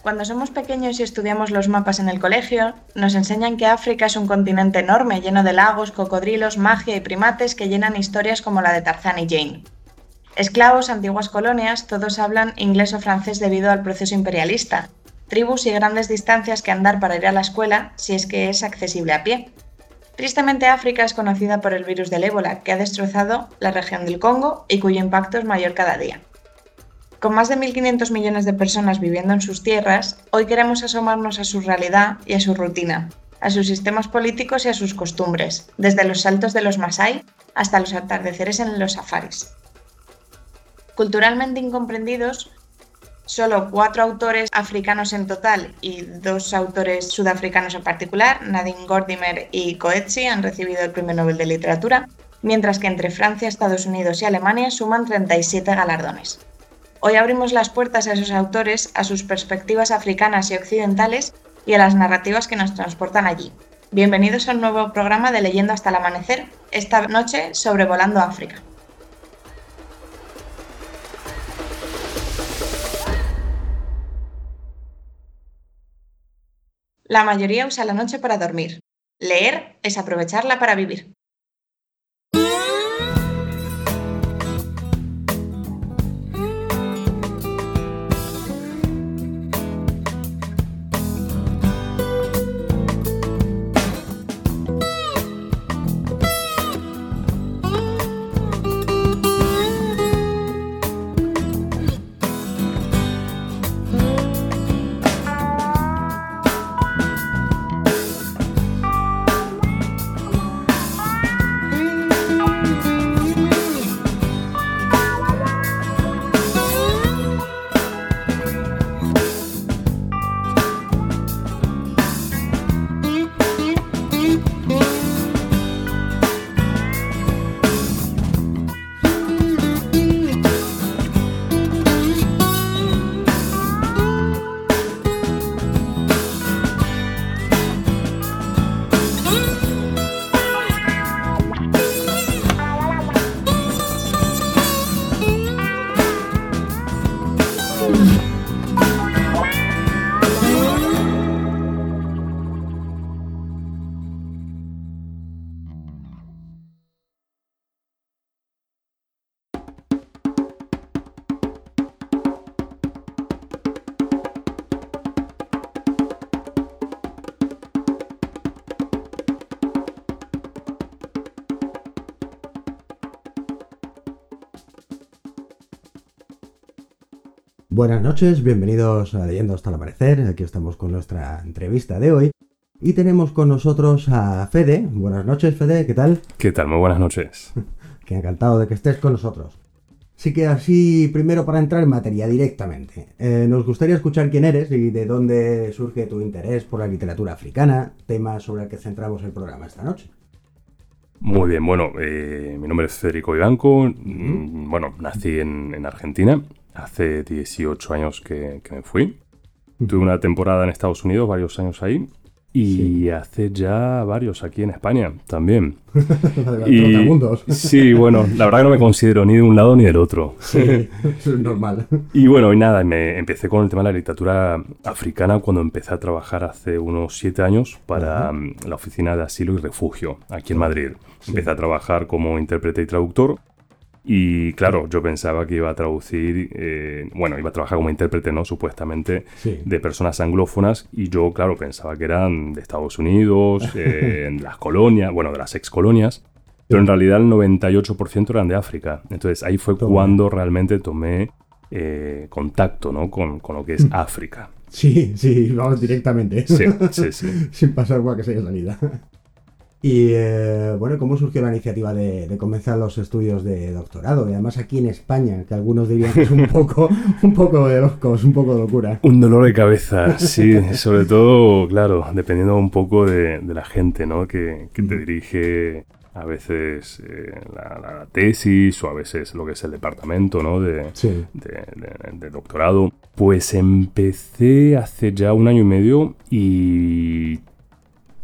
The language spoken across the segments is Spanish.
Cuando somos pequeños y estudiamos los mapas en el colegio, nos enseñan que África es un continente enorme, lleno de lagos, cocodrilos, magia y primates que llenan historias como la de Tarzán y Jane. Esclavos, antiguas colonias, todos hablan inglés o francés debido al proceso imperialista, tribus y grandes distancias que andar para ir a la escuela, si es que es accesible a pie. Tristemente, África es conocida por el virus del ébola, que ha destrozado la región del Congo y cuyo impacto es mayor cada día. Con más de 1.500 millones de personas viviendo en sus tierras, hoy queremos asomarnos a su realidad y a su rutina, a sus sistemas políticos y a sus costumbres, desde los saltos de los Masái hasta los atardeceres en los safaris. Culturalmente incomprendidos, solo 4 autores africanos en total y 2 autores sudafricanos en particular, Nadine Gordimer y Coetzee, han recibido el Premio Nobel de Literatura, mientras que entre Francia, Estados Unidos y Alemania suman 37 galardones. Hoy abrimos las puertas a esos autores, a sus perspectivas africanas y occidentales y a las narrativas que nos transportan allí. Bienvenidos a un nuevo programa de Leyendo hasta el amanecer, esta noche sobrevolando África. La mayoría usa la noche para dormir. Leer es aprovecharla para vivir. Buenas noches, bienvenidos a Leyendo hasta el amanecer. Aquí estamos con nuestra entrevista de hoy y tenemos con nosotros a Fede. Buenas noches, Fede, ¿qué tal? ¿Qué tal? Muy buenas noches. Que encantado de que estés con nosotros. Así que así, primero para entrar en materia directamente, nos gustaría escuchar quién eres y de dónde surge tu interés por la literatura africana, tema sobre el que centramos el programa esta noche. Muy bien, bueno, mi nombre es Federico Vivanco. Bueno, nací en Argentina. Hace 18 años que me fui. Tuve una temporada en Estados Unidos, varios años ahí. Y hace ya varios aquí en España también. Sí, bueno, la verdad que no me considero ni de un lado ni del otro. Sí, eso es normal. Y bueno, y nada, me empecé con el tema de la literatura africana cuando empecé a trabajar hace unos 7 años para la Oficina de Asilo y Refugio, aquí en Madrid. Empecé a trabajar como intérprete y traductor. Y claro, yo pensaba que iba a traducir, iba a trabajar como intérprete, ¿no? Supuestamente, de personas anglófonas. Y yo, claro, pensaba que eran de Estados Unidos, en las colonias, bueno, de las excolonias. Pero en realidad el 98% eran de África. Entonces ahí fue cuando realmente tomé contacto, ¿no? Con lo que es África. Sí, vamos directamente. Sí. Sin pasar por que se haya salida. Y ¿cómo surgió la iniciativa de comenzar los estudios de doctorado? Y además aquí en España, que algunos dirían que es un poco de locos, un poco de locura. Un dolor de cabeza, sí, sobre todo, claro, dependiendo un poco de la gente, ¿no? Que te dirige a veces la tesis o a veces lo que es el departamento, ¿no? de doctorado. Pues empecé hace ya 1 año y medio y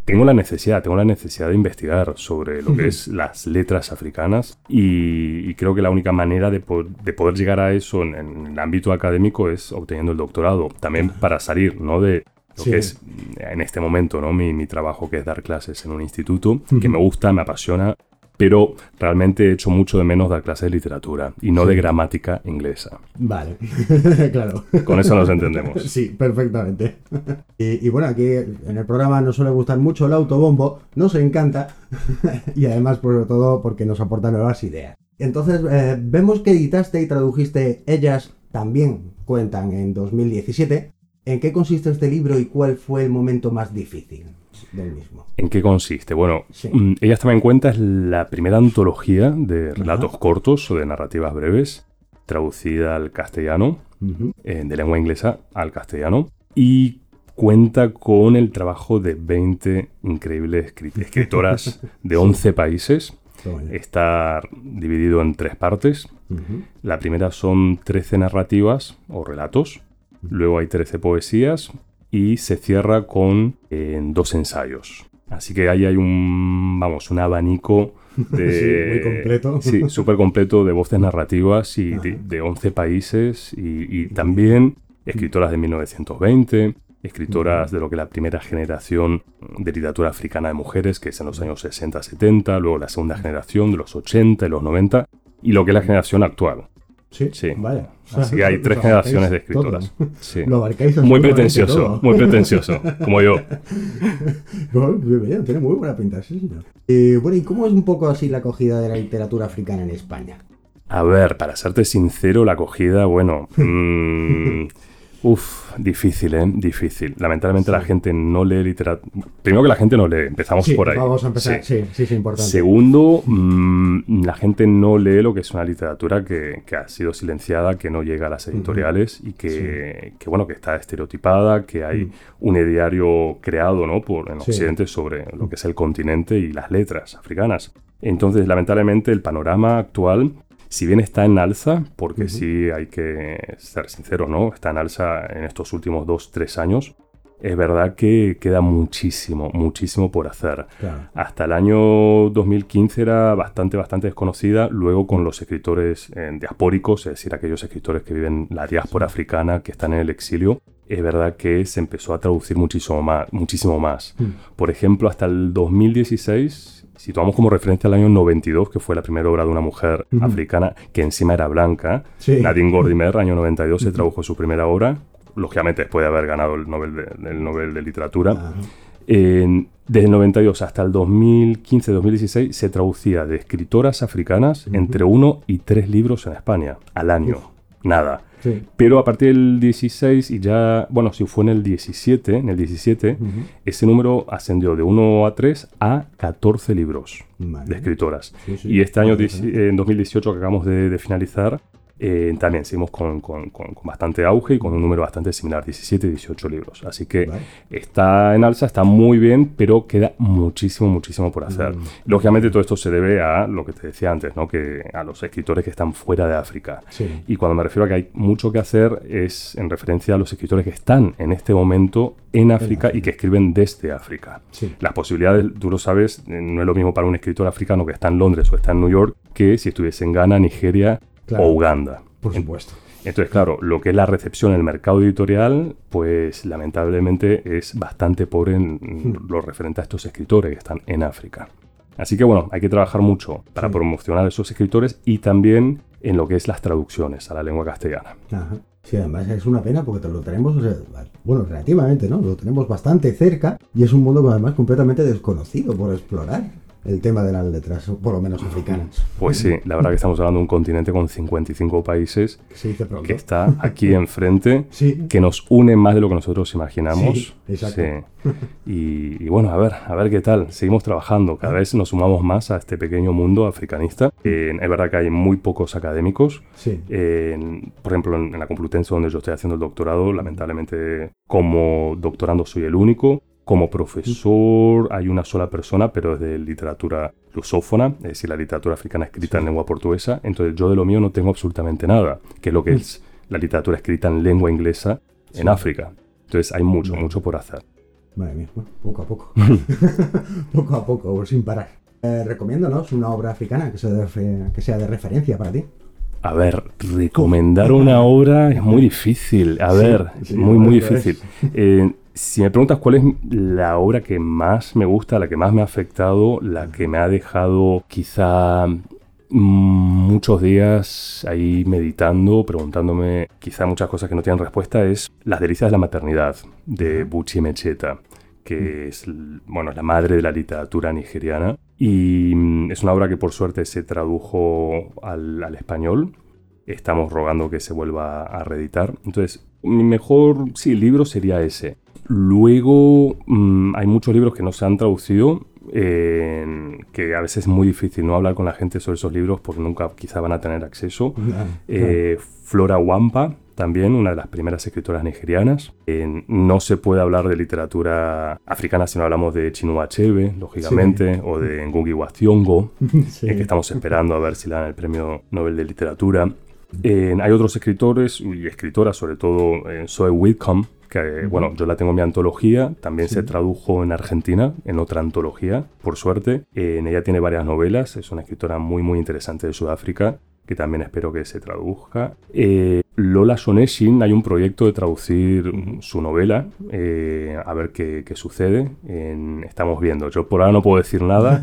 tengo la necesidad de investigar sobre lo que es las letras africanas y creo que la única manera de poder llegar a eso en el ámbito académico es obteniendo el doctorado. También para salir, ¿no?, de lo que es en este momento, ¿no?, mi trabajo, que es dar clases en un instituto, que me gusta, me apasiona, pero realmente echo mucho de menos dar clases de literatura y no de gramática inglesa. Vale, claro. Con eso nos entendemos. Sí, perfectamente. Y bueno, aquí en el programa nos suele gustar mucho el autobombo, nos encanta, y además, sobre todo, porque nos aporta nuevas ideas. Entonces, vemos que editaste y tradujiste Ellas también cuentan en 2017. ¿En qué consiste este libro y cuál fue el momento más difícil del mismo? ¿En qué consiste? Bueno, Ellas también cuenta es la primera antología de relatos cortos o de narrativas breves, traducida al castellano, de lengua inglesa al castellano, y cuenta con el trabajo de 20 increíbles escritoras de 11 países. Está dividido en 3 partes. La primera son 13 narrativas o relatos. Luego hay 13 poesías y se cierra con 2 ensayos. Así que ahí hay un abanico de, muy completo. Sí, súper completo de voces narrativas y de 11 países y también escritoras de 1920, escritoras de lo que es la primera generación de literatura africana de mujeres, que es en los años 60-70, luego la segunda generación de los 80 y los 90, y lo que es la generación actual. Sí, vaya. Así que hay 3 generaciones de escritoras. Sí. Lo abarcáis muy pretencioso, como yo. Tiene muy buena pinta, sí, señor. Bueno, ¿y cómo es un poco así la acogida de la literatura africana en España? A ver, para serte sincero, la acogida, bueno... difícil, difícil. Lamentablemente la gente no lee literatura. Primero que la gente no lee, empezamos por ahí. Vamos a empezar, sí, es importante. Segundo, la gente no lee lo que es una literatura que ha sido silenciada, que no llega a las editoriales y que está estereotipada, que hay un ideario creado, ¿no?, en Occidente sobre lo que es el continente y las letras africanas. Entonces, lamentablemente, el panorama actual, si bien está en alza, porque sí hay que ser sincero, ¿no?, está en alza en estos últimos 2-3 años, es verdad que queda muchísimo por hacer. Claro. Hasta el año 2015 era bastante desconocida, luego con los escritores diaspóricos, es decir, aquellos escritores que viven la diáspora africana, que están en el exilio, es verdad que se empezó a traducir muchísimo más. Por ejemplo, hasta el 2016... Si tomamos como referencia el año 92, que fue la primera obra de una mujer africana, que encima era blanca, Nadine Gordimer, año 92, se tradujo su primera obra, lógicamente después de haber ganado el Nobel de Literatura. Desde el 92 hasta el 2015-2016 se traducía de escritoras africanas entre 1 y 3 libros en España al año. Nada. Sí. Pero a partir del 16 y ya, bueno, si fue en el 17, ese número ascendió de 1 a 3 a 14 libros de escritoras. Y este año, en 2018, que acabamos de finalizar, también seguimos con bastante auge y con un número bastante similar, 17 y 18 libros. Así que está en alza, está muy bien, pero queda muchísimo por hacer. Lógicamente todo esto se debe a lo que te decía antes, ¿no?, que a los escritores que están fuera de África. Y cuando me refiero a que hay mucho que hacer es en referencia a los escritores que están en este momento en África y que escriben desde África. Las posibilidades, tú lo sabes, no es lo mismo para un escritor africano que está en Londres o está en New York que si estuviese en Ghana, Nigeria o Uganda. Por supuesto. Entonces, claro, lo que es la recepción en el mercado editorial, pues lamentablemente es bastante pobre en lo referente a estos escritores que están en África. Así que bueno, hay que trabajar mucho para promocionar a esos escritores y también en lo que es las traducciones a la lengua castellana. Ajá. Sí, además es una pena porque lo tenemos, relativamente, ¿no? Lo tenemos bastante cerca y es un mundo además completamente desconocido por explorar. El tema de las letras, por lo menos africanas. Pues sí, la verdad que estamos hablando de un continente con 55 países que está aquí enfrente, que nos une más de lo que nosotros imaginamos. Sí, exacto. Sí. Y bueno, a ver qué tal. Seguimos trabajando, cada vez nos sumamos más a este pequeño mundo africanista. Es verdad que hay muy pocos académicos. Por ejemplo, en la Complutense, donde yo estoy haciendo el doctorado, lamentablemente como doctorando soy el único. Como profesor hay una sola persona, pero es de literatura lusófona, es decir, la literatura africana escrita en lengua portuguesa. Entonces yo de lo mío no tengo absolutamente nada, que es lo que es la literatura escrita en lengua inglesa en África. Entonces hay mucho por hacer. Madre mía, bueno, poco a poco. Poco a poco, sin parar. Recomiéndanos una obra africana que sea de referencia para ti. A ver, recomendar una obra es muy difícil. Muy difícil. Si me preguntas cuál es la obra que más me gusta, la que más me ha afectado, la que me ha dejado quizá muchos días ahí meditando, preguntándome quizá muchas cosas que no tienen respuesta, es Las delicias de la maternidad, de Buchi Mecheta, que es, la madre de la literatura nigeriana. Y es una obra que por suerte se tradujo al español. Estamos rogando que se vuelva a reeditar. Entonces, mi mejor libro sería ese. Luego, hay muchos libros que no se han traducido, que a veces es muy difícil no hablar con la gente sobre esos libros porque nunca quizá van a tener acceso. Flora Wampa, también una de las primeras escritoras nigerianas. No se puede hablar de literatura africana si no hablamos de Chinua Achebe, lógicamente, o de Ngugi wa Thiong'o, que estamos esperando a ver si le dan el premio Nobel de Literatura. Hay otros escritores y escritoras, sobre todo Zoe Whitcomb, que yo la tengo en mi antología, también se tradujo en Argentina, en otra antología, por suerte. Ella tiene varias novelas, es una escritora muy muy interesante de Sudáfrica, que también espero que se traduzca. Lola Shoneshin, hay un proyecto de traducir su novela, a ver qué sucede. Estamos viendo, yo por ahora no puedo decir nada,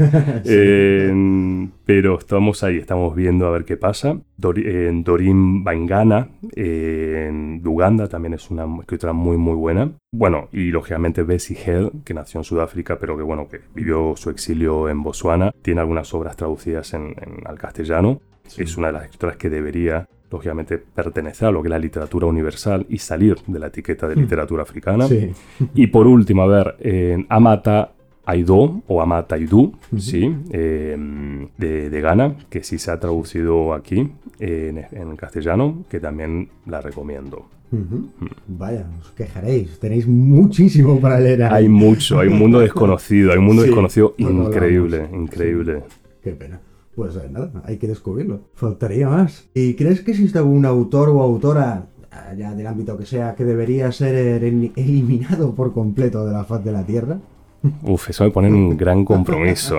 pero estamos ahí, estamos viendo a ver qué pasa. Doreen Baingana, de Uganda, también es una escritora muy muy buena. Bueno, y lógicamente Bessie Head, que nació en Sudáfrica, pero que vivió su exilio en Botsuana, tiene algunas obras traducidas al castellano. Sí. Es una de las escritoras que debería, lógicamente, pertenecer a lo que es la literatura universal y salir de la etiqueta de literatura africana. Sí. Y por último, Amata Aidoo o Amata Aidoo, de Ghana, que sí se ha traducido aquí en castellano, que también la recomiendo. Vaya, os quejaréis, tenéis muchísimo para leer ahí. Hay mucho, hay un mundo desconocido, desconocido increíble. Qué pena. Pues nada, hay que descubrirlo. Faltaría más. ¿Y crees que existe algún autor o autora, ya del ámbito que sea, que debería ser eliminado por completo de la faz de la Tierra? Eso me pone en un gran compromiso,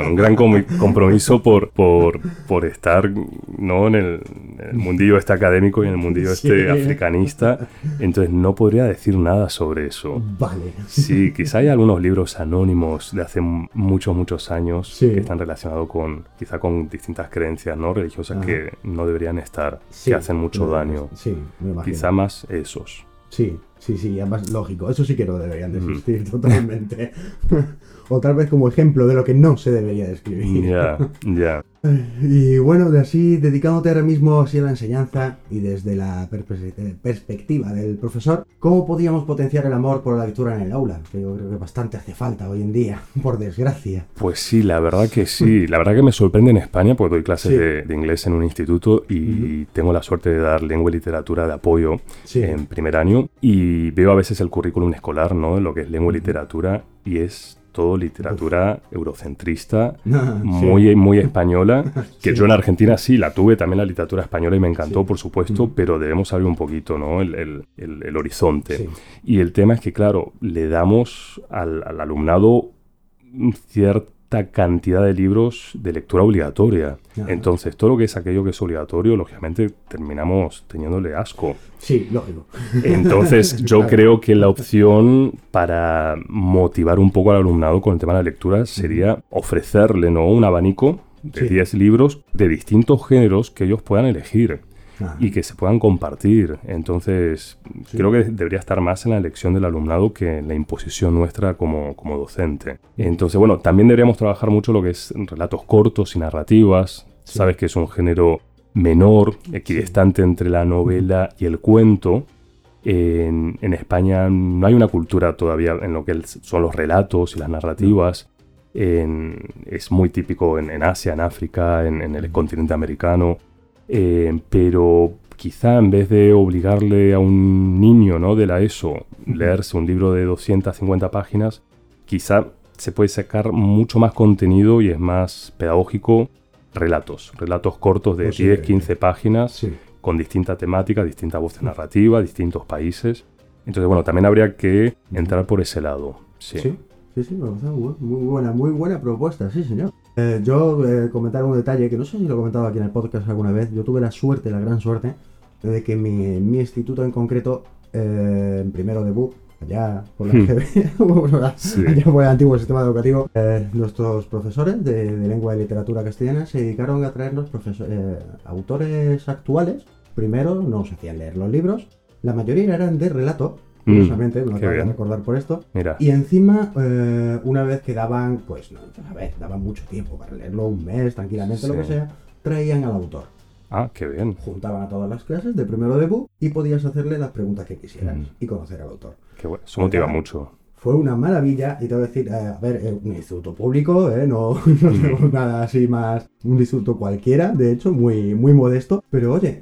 por estar, ¿no?, en el mundillo académico y en el mundillo africanista. Entonces no podría decir nada sobre eso. Vale. Sí, quizá hay algunos libros anónimos de hace muchos años que están relacionados con distintas creencias, ¿no?, religiosas que no deberían estar, que hacen mucho daño. Sí, me imagino. Quizá más esos. Sí, además lógico, eso sí que no deberían de existir totalmente. O tal vez como ejemplo de lo que no se debería de escribir. Ya. Y bueno, dedicándote ahora mismo así a la enseñanza y desde la perspectiva del profesor, ¿cómo podíamos potenciar el amor por la lectura en el aula? Que yo creo que bastante hace falta hoy en día, por desgracia. Pues sí, la verdad que sí. La verdad que me sorprende en España, porque doy clases de inglés en un instituto y tengo la suerte de dar lengua y literatura de apoyo en primer año. Y veo a veces el currículum escolar, ¿no?, lo que es lengua y literatura, y es todo literatura eurocentrista, muy española, que yo en Argentina sí la tuve, también la literatura española, y me encantó, por supuesto, pero debemos abrir un poquito, ¿no?, el horizonte. Sí. Y el tema es que, claro, le damos al alumnado cierta cantidad de libros de lectura obligatoria. Entonces, todo lo que es aquello que es obligatorio, lógicamente, terminamos teniéndole asco. Sí, lógico. Entonces, yo creo que la opción para motivar un poco al alumnado con el tema de la lectura sería ofrecerle, ¿no?, un abanico de 10 libros de distintos géneros que ellos puedan elegir. Y que se puedan compartir. Entonces, creo que debería estar más en la elección del alumnado que en la imposición nuestra como docente. Entonces, bueno, también deberíamos trabajar mucho lo que es relatos cortos y narrativas. Sabes que es un género menor, equidistante entre la novela y el cuento. En España no hay una cultura todavía en lo que son los relatos y las narrativas. Es muy típico en Asia, en África, en el continente americano. Pero quizá en vez de obligarle a un niño, ¿no?, de la ESO leerse un libro de 250 páginas, quizá se puede sacar mucho más contenido y es más pedagógico. Relatos cortos de 10, 15 páginas con distinta temática, distintas voces narrativas, distintos países. Entonces, bueno, también habría que entrar por ese lado. Sí. Sí, me parece muy buena propuesta, sí, señor. Yo comentar un detalle que no sé si lo he comentado aquí en el podcast alguna vez. Yo tuve la gran suerte, de que mi instituto en concreto, en primero de BUP, allá por la GB, Sí. allá por el antiguo sistema educativo, nuestros profesores de lengua y literatura castellana se dedicaron a traernos autores actuales. Primero nos hacían leer los libros, la mayoría eran de relato, curiosamente, me acabo de recordar por esto. Mira. Y encima, una vez que daban, pues, no, a ver, daban mucho tiempo para leerlo, un mes, tranquilamente, lo que sea, traían al autor. Ah, qué bien. Juntaban a todas las clases de primero de BUP y podías hacerle las preguntas que quisieras y conocer al autor. Qué bueno. Eso motiva mucho. Fue una maravilla, y te voy a decir, a ver, un instituto público, no tenemos nada así más, un instituto cualquiera, de hecho, muy modesto, pero oye,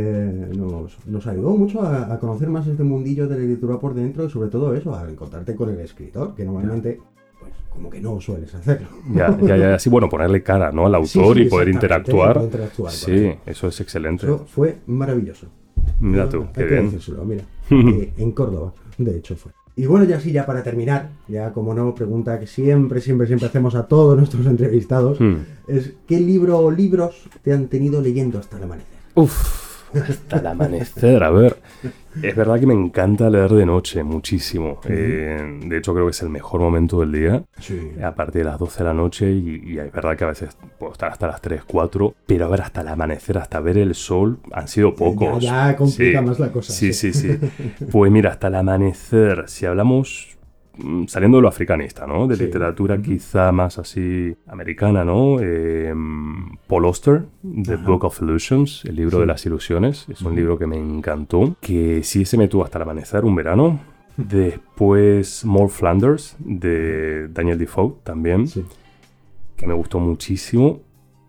nos ayudó mucho a conocer más este mundillo de la literatura por dentro, y sobre todo eso, a encontrarte con el escritor, que normalmente, pues, como que no sueles hacerlo. Ya, así, bueno, ponerle cara, ¿no? Al autor y poder interactuar. Sí, eso es excelente. Eso fue maravilloso. Mira tú, qué bien. Decírselo, mira, en Córdoba, de hecho fue. Y bueno, ya para terminar, ya como no, pregunta que siempre hacemos a todos nuestros entrevistados, es ¿qué libro o libros te han tenido leyendo hasta el amanecer? Hasta el amanecer, a ver. Es verdad que me encanta leer de noche, muchísimo. De hecho, creo que es el mejor momento del día. Sí. A partir de las 12 de la noche, y es verdad que a veces puedo estar hasta las 3, 4, pero a ver, hasta el amanecer, hasta ver el sol, han sido pocos. Ya complica más la cosa. Sí. Pues mira, hasta el amanecer, si hablamos, saliendo de lo africanista, ¿no? De literatura quizá más así americana, ¿no? Paul Auster, The Book of Illusions, el libro de las ilusiones. Es un libro que me encantó, que sí se me tuvo hasta el amanecer, un verano. Después More Flanders, de Daniel Defoe, también, que me gustó muchísimo.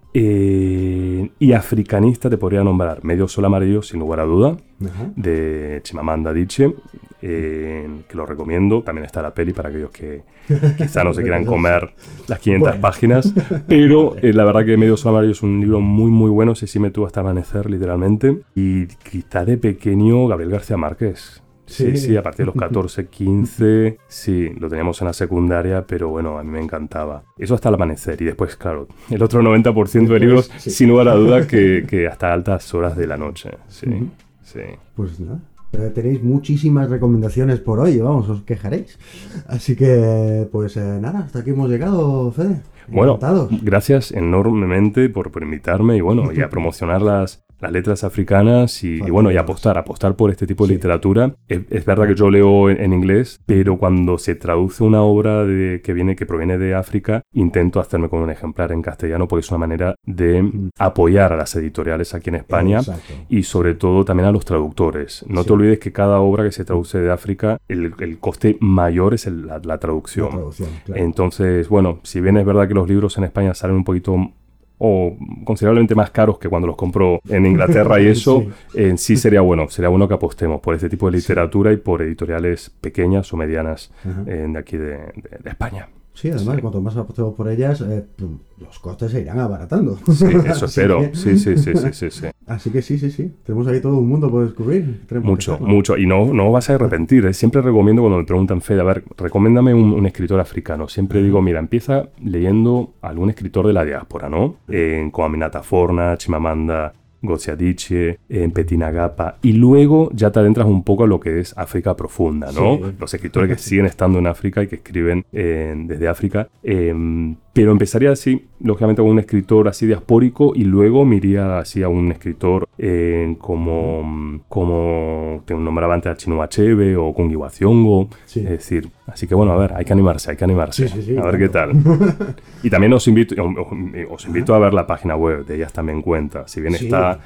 Y africanista te podría nombrar Medio Sol Amarillo, sin lugar a duda, de Chimamanda Adichie, que lo recomiendo. También está la peli para aquellos que quizá no se quieran comer las 500 páginas, pero la verdad que Medio Sol Amarillo es un libro muy bueno. Ese sí me tuvo hasta amanecer, literalmente. Y quizá de pequeño Gabriel García Márquez. Sí, a partir de los 14, 15, sí, lo teníamos en la secundaria, pero bueno, a mí me encantaba. Eso hasta el amanecer, y después, claro, el otro 90% de libros, sin lugar a duda, que hasta altas horas de la noche, sí. Pues nada, tenéis muchísimas recomendaciones por hoy, vamos, os quejaréis. Así que, pues nada, hasta aquí hemos llegado, Fede. Bueno, gracias enormemente por invitarme y bueno, y a promocionar las letras africanas y bueno, y apostar por este tipo de literatura. Es verdad que yo leo en inglés, pero cuando se traduce una obra que proviene de África, intento hacerme con un ejemplar en castellano porque es una manera de apoyar a las editoriales aquí en España y sobre todo también a los traductores. No te olvides que cada obra que se traduce de África, el coste mayor es la traducción. Claro. Entonces, bueno, si bien es verdad que los libros en España salen un poquito o considerablemente más caros que cuando los compro en Inglaterra y eso, sí sería bueno que apostemos por este tipo de literatura y por editoriales pequeñas o medianas de aquí de España. Sí, además, cuanto más apostemos por ellas, los costes se irán abaratando. Sí, eso espero. Sí. Así que sí. Tenemos ahí todo un mundo por descubrir. Mucho. Y no vas a arrepentir. Siempre recomiendo cuando me preguntan, Fede, a ver, recomiéndame un escritor africano. Siempre digo, mira, empieza leyendo a algún escritor de la diáspora, ¿no? Como Aminata Forna, Chimamanda Ngozi Adichie, Petina Gapa, y luego ya te adentras un poco a lo que es África profunda, ¿no? Los escritores que siguen estando en África y que escriben desde África. Pero empezaría así, lógicamente, con un escritor así diaspórico y luego me iría así a un escritor como te nombraba antes a Chinua Achebe o Kungi wa Thiong'o. Es decir, así que bueno, a ver, hay que animarse. A ver qué tal. Y también os invito a ver la página web, de ellas también cuenta. Si bien está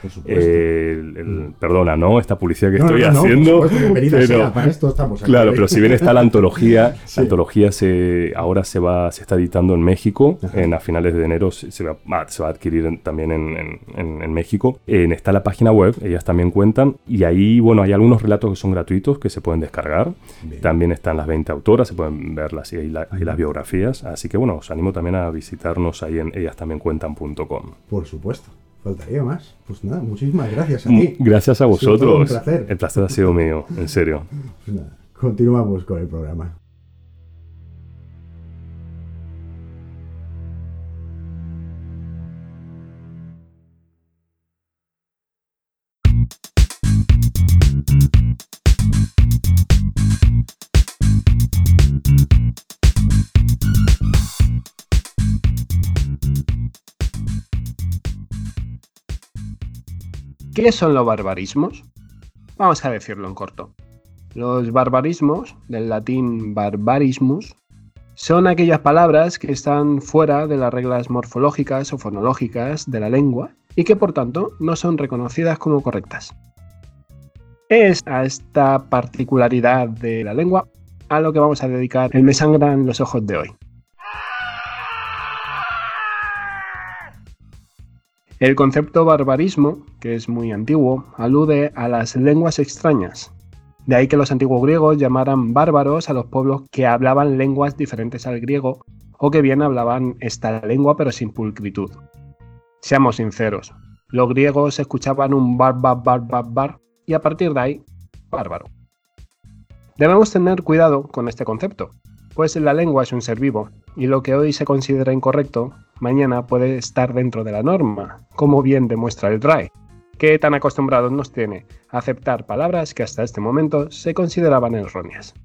perdona, ¿no? Esta publicidad que estoy haciendo. Pero, para esto estamos aquí. Claro, pero si bien está la antología, la antología ahora se está editando en México. A finales de enero se va a adquirir también en México. Está la página web, ellas también cuentan, y ahí, bueno, hay algunos relatos que son gratuitos que se pueden descargar. Bien. También están las 20 autoras, se pueden verlas y las biografías. Así que, bueno, os animo también a visitarnos ahí en ellastambiencuentan.com. Por supuesto. Faltaría más. Pues nada, muchísimas gracias a ti. Gracias a vosotros. Ha sido un placer. El placer ha sido mío, en serio. Pues nada, continuamos con el programa. ¿Qué son los barbarismos? Vamos a decirlo en corto. Los barbarismos, del latín barbarismus, son aquellas palabras que están fuera de las reglas morfológicas o fonológicas de la lengua y que por tanto no son reconocidas como correctas. Es a esta particularidad de la lengua a lo que vamos a dedicar el Me sangran los ojos de hoy. El concepto barbarismo, que es muy antiguo, alude a las lenguas extrañas. De ahí que los antiguos griegos llamaran bárbaros a los pueblos que hablaban lenguas diferentes al griego o que bien hablaban esta lengua pero sin pulcritud. Seamos sinceros, los griegos escuchaban un bar y a partir de ahí, bárbaro. Debemos tener cuidado con este concepto, pues la lengua es un ser vivo y lo que hoy se considera incorrecto, mañana puede estar dentro de la norma, como bien demuestra el RAE, que tan acostumbrados nos tiene a aceptar palabras que hasta este momento se consideraban erróneas.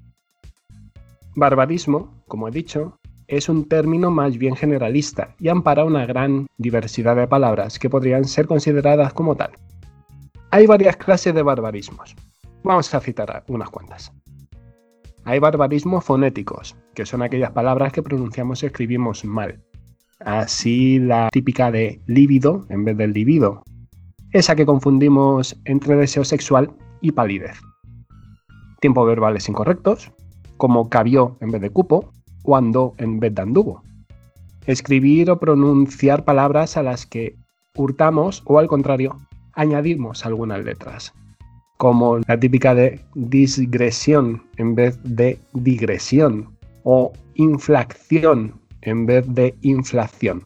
Barbarismo, como he dicho, es un término más bien generalista y ampara una gran diversidad de palabras que podrían ser consideradas como tal. Hay varias clases de barbarismos. Vamos a citar unas cuantas. Hay barbarismos fonéticos, que son aquellas palabras que pronunciamos y escribimos mal. Así la típica de líbido en vez del libido. Esa que confundimos entre deseo sexual y palidez. Tiempos verbales incorrectos, como cabió en vez de cupo, o andó en vez de anduvo. Escribir o pronunciar palabras a las que hurtamos o al contrario, añadimos algunas letras, como la típica de digresión en vez de digresión, o inflación en vez de inflación.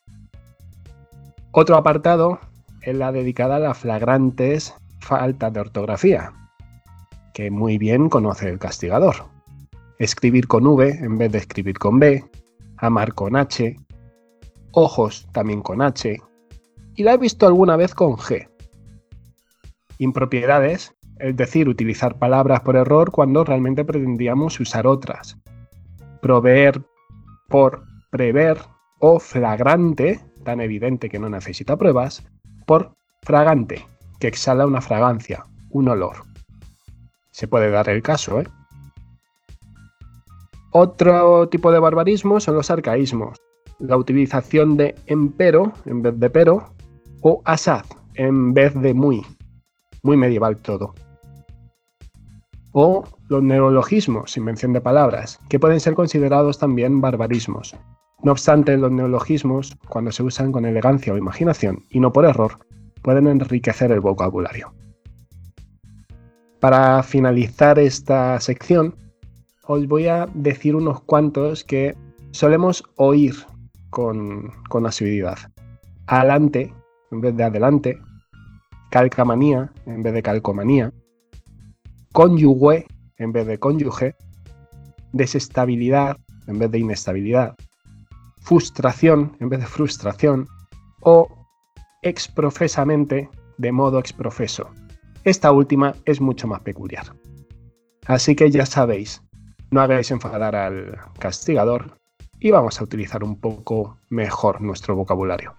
Otro apartado es la dedicada a las flagrantes faltas de ortografía, que muy bien conoce el castigador. Escribir con V en vez de escribir con B, amar con H, ojos también con H, y la he visto alguna vez con G. Impropiedades, es decir, utilizar palabras por error cuando realmente pretendíamos usar otras. Proveer por prever o flagrante, tan evidente que no necesita pruebas, por fragante, que exhala una fragancia, un olor. Se puede dar el caso, ¿eh? Otro tipo de barbarismo son los arcaísmos, la utilización de empero en vez de pero o asaz en vez de muy medieval todo. O los neologismos, invención de palabras, que pueden ser considerados también barbarismos. No obstante, los neologismos, cuando se usan con elegancia o imaginación, y no por error, pueden enriquecer el vocabulario. Para finalizar esta sección, os voy a decir unos cuantos que solemos oír con asiduidad. Alante en vez de adelante, calcamanía en vez de calcomanía, cónyuge en vez de cónyuge, desestabilidad en vez de inestabilidad, frustración en vez de frustración o exprofesamente de modo exprofeso. Esta última es mucho más peculiar. Así que ya sabéis, no hagáis enfadar al castigador y vamos a utilizar un poco mejor nuestro vocabulario.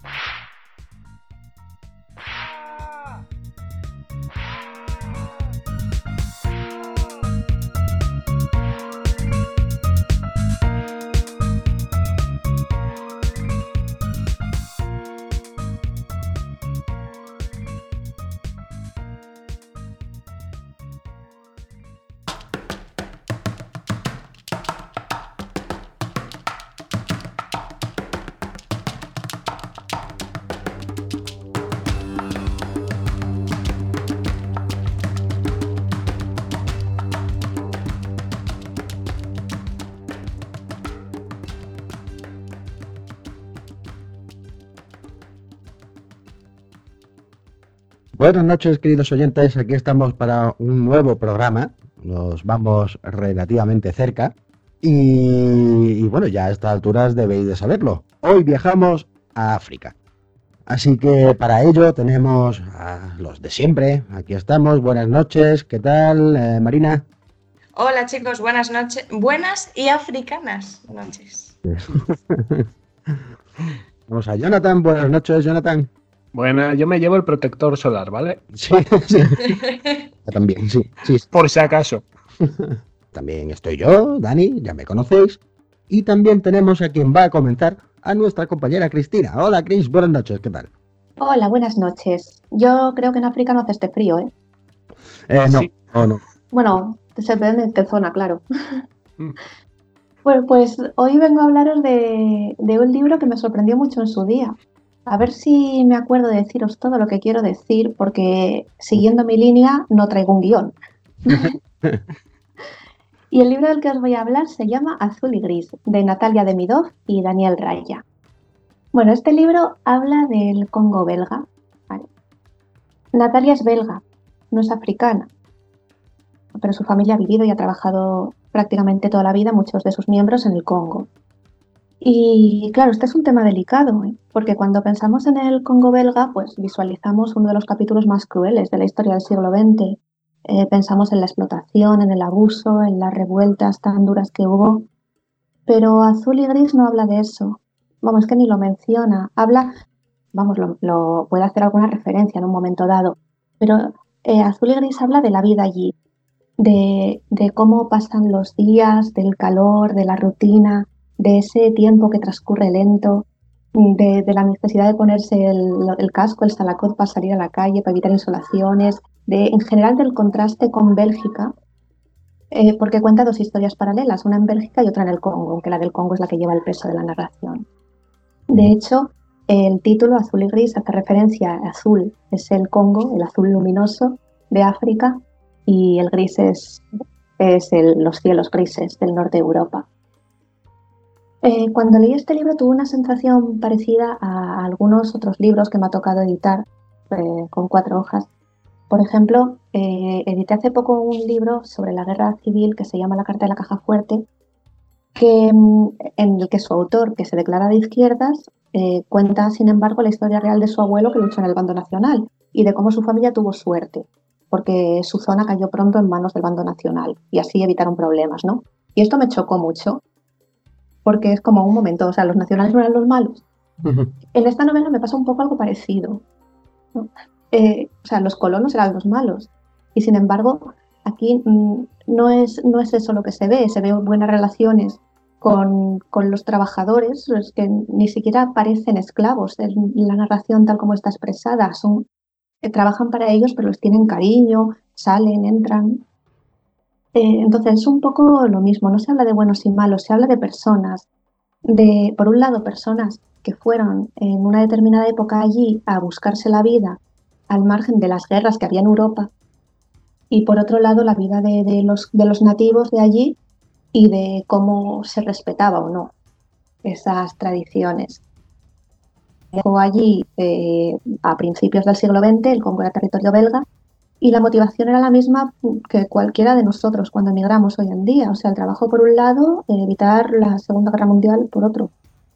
Buenas noches, queridos oyentes. Aquí estamos para un nuevo programa. Nos vamos relativamente cerca. Y bueno, ya a estas alturas debéis de saberlo. Hoy viajamos a África. Así que para ello tenemos a los de siempre. Aquí estamos. Buenas noches. ¿Qué tal, Marina? Hola chicos, buenas noches. Buenas y africanas noches. Vamos a Jonathan. Buenas noches, Jonathan. Bueno, yo me llevo el protector solar, ¿vale? Sí, sí. Yo también, sí, sí. Por si acaso. También estoy yo, Dani, ya me conocéis. Y también tenemos a quien va a comentar, a nuestra compañera Cristina. Hola, Cris, buenas noches, ¿qué tal? Hola, buenas noches. Yo creo que en África no hace este frío, ¿eh? No, Sí. no. Bueno, se depende de qué zona, claro. Mm. Bueno, pues hoy vengo a hablaros de un libro que me sorprendió mucho en su día. A ver si me acuerdo de deciros todo lo que quiero decir, porque siguiendo mi línea no traigo un guión. Y el libro del que os voy a hablar se llama Azul y Gris, de Natalia Demidov y Daniel Raya. Bueno, este libro habla del Congo belga. Vale. Natalia es belga, no es africana, pero su familia ha vivido y ha trabajado prácticamente toda la vida, muchos de sus miembros, en el Congo. Y claro, este es un tema delicado, ¿eh? Porque cuando pensamos en el Congo belga, pues visualizamos uno de los capítulos más crueles de la historia del siglo XX. Pensamos en la explotación, en el abuso, en las revueltas tan duras que hubo. Pero Azul y Gris no habla de eso. Vamos, que ni lo menciona. Habla, vamos, lo puede hacer alguna referencia en un momento dado. Pero Azul y Gris habla de la vida allí, de cómo pasan los días, del calor, de la rutina, de ese tiempo que transcurre lento, de la necesidad de ponerse el casco, el salacot para salir a la calle, para evitar insolaciones, en general del contraste con Bélgica, porque cuenta dos historias paralelas, una en Bélgica y otra en el Congo, aunque la del Congo es la que lleva el peso de la narración. De hecho, el título Azul y Gris hace referencia a azul, es el Congo, el azul luminoso de África, y el gris es los cielos grises del norte de Europa. Cuando leí este libro tuve una sensación parecida a algunos otros libros que me ha tocado editar con 4 hojas. Por ejemplo, edité hace poco un libro sobre la guerra civil que se llama La Carta de la Caja Fuerte, en el que su autor, que se declara de izquierdas, cuenta, sin embargo, la historia real de su abuelo que luchó en el bando nacional y de cómo su familia tuvo suerte, porque su zona cayó pronto en manos del bando nacional y así evitaron problemas, ¿no? Y esto me chocó mucho, porque es como un momento, o sea, los nacionales no eran los malos. En esta novela me pasa un poco algo parecido, ¿no? O sea, los colonos eran los malos y sin embargo aquí no es eso lo que se ve buenas relaciones con los trabajadores, los que ni siquiera parecen esclavos en la narración tal como está expresada, trabajan para ellos pero les tienen cariño, salen, entran. Entonces es un poco lo mismo, no se habla de buenos y malos, se habla de personas, por un lado, personas que fueron en una determinada época allí a buscarse la vida al margen de las guerras que había en Europa, y por otro lado la vida de los nativos de allí y de cómo se respetaba o no esas tradiciones. Llegó allí a principios del siglo XX, el Congo era territorio belga, y la motivación era la misma que cualquiera de nosotros cuando emigramos hoy en día, o sea, el trabajo por un lado, evitar la Segunda Guerra Mundial por otro.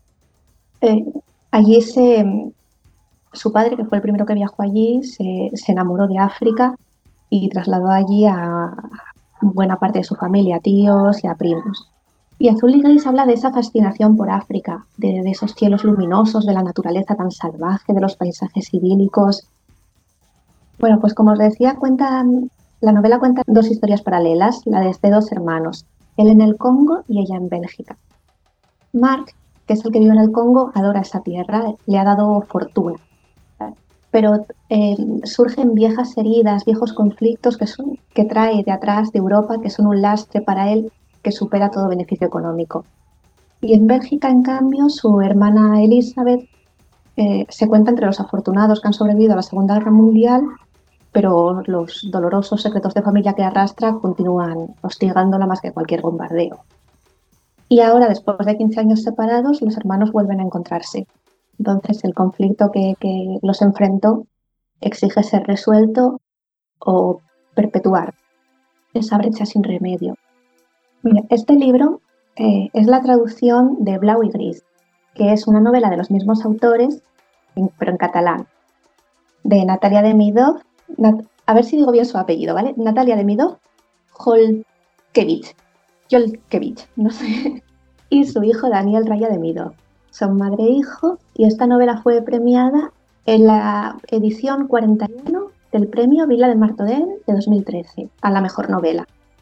Allí su padre, que fue el primero que viajó allí, se enamoró de África y trasladó allí a buena parte de su familia, a tíos y a primos. Y Azul y Gris habla de esa fascinación por África, de esos cielos luminosos, de la naturaleza tan salvaje, de los paisajes idílicos. Bueno, pues como os decía, la novela cuenta 2 historias paralelas, la de 2 hermanos, él en el Congo y ella en Bélgica. Mark, que es el que vive en el Congo, adora esa tierra, le ha dado fortuna. Pero surgen viejas heridas, viejos conflictos que trae de atrás de Europa, que son un lastre para él que supera todo beneficio económico. Y en Bélgica, en cambio, su hermana Elizabeth se cuenta entre los afortunados que han sobrevivido a la Segunda Guerra Mundial, pero los dolorosos secretos de familia que arrastra continúan hostigándola más que cualquier bombardeo. Y ahora, después de 15 años separados, los hermanos vuelven a encontrarse. Entonces, el conflicto que los enfrentó exige ser resuelto o perpetuar esa brecha sin remedio. Mira, este libro es la traducción de Blau y Gris, que es una novela de los mismos autores, pero en catalán, de Natalia Demidov, a ver si digo bien su apellido, ¿vale? Natalia Demidov Jolkevich, no sé, y su hijo Daniel Raya Demidov. Son madre e hijo y esta novela fue premiada en la edición 41 del premio Vila de Martorell de 2013 a la mejor novela.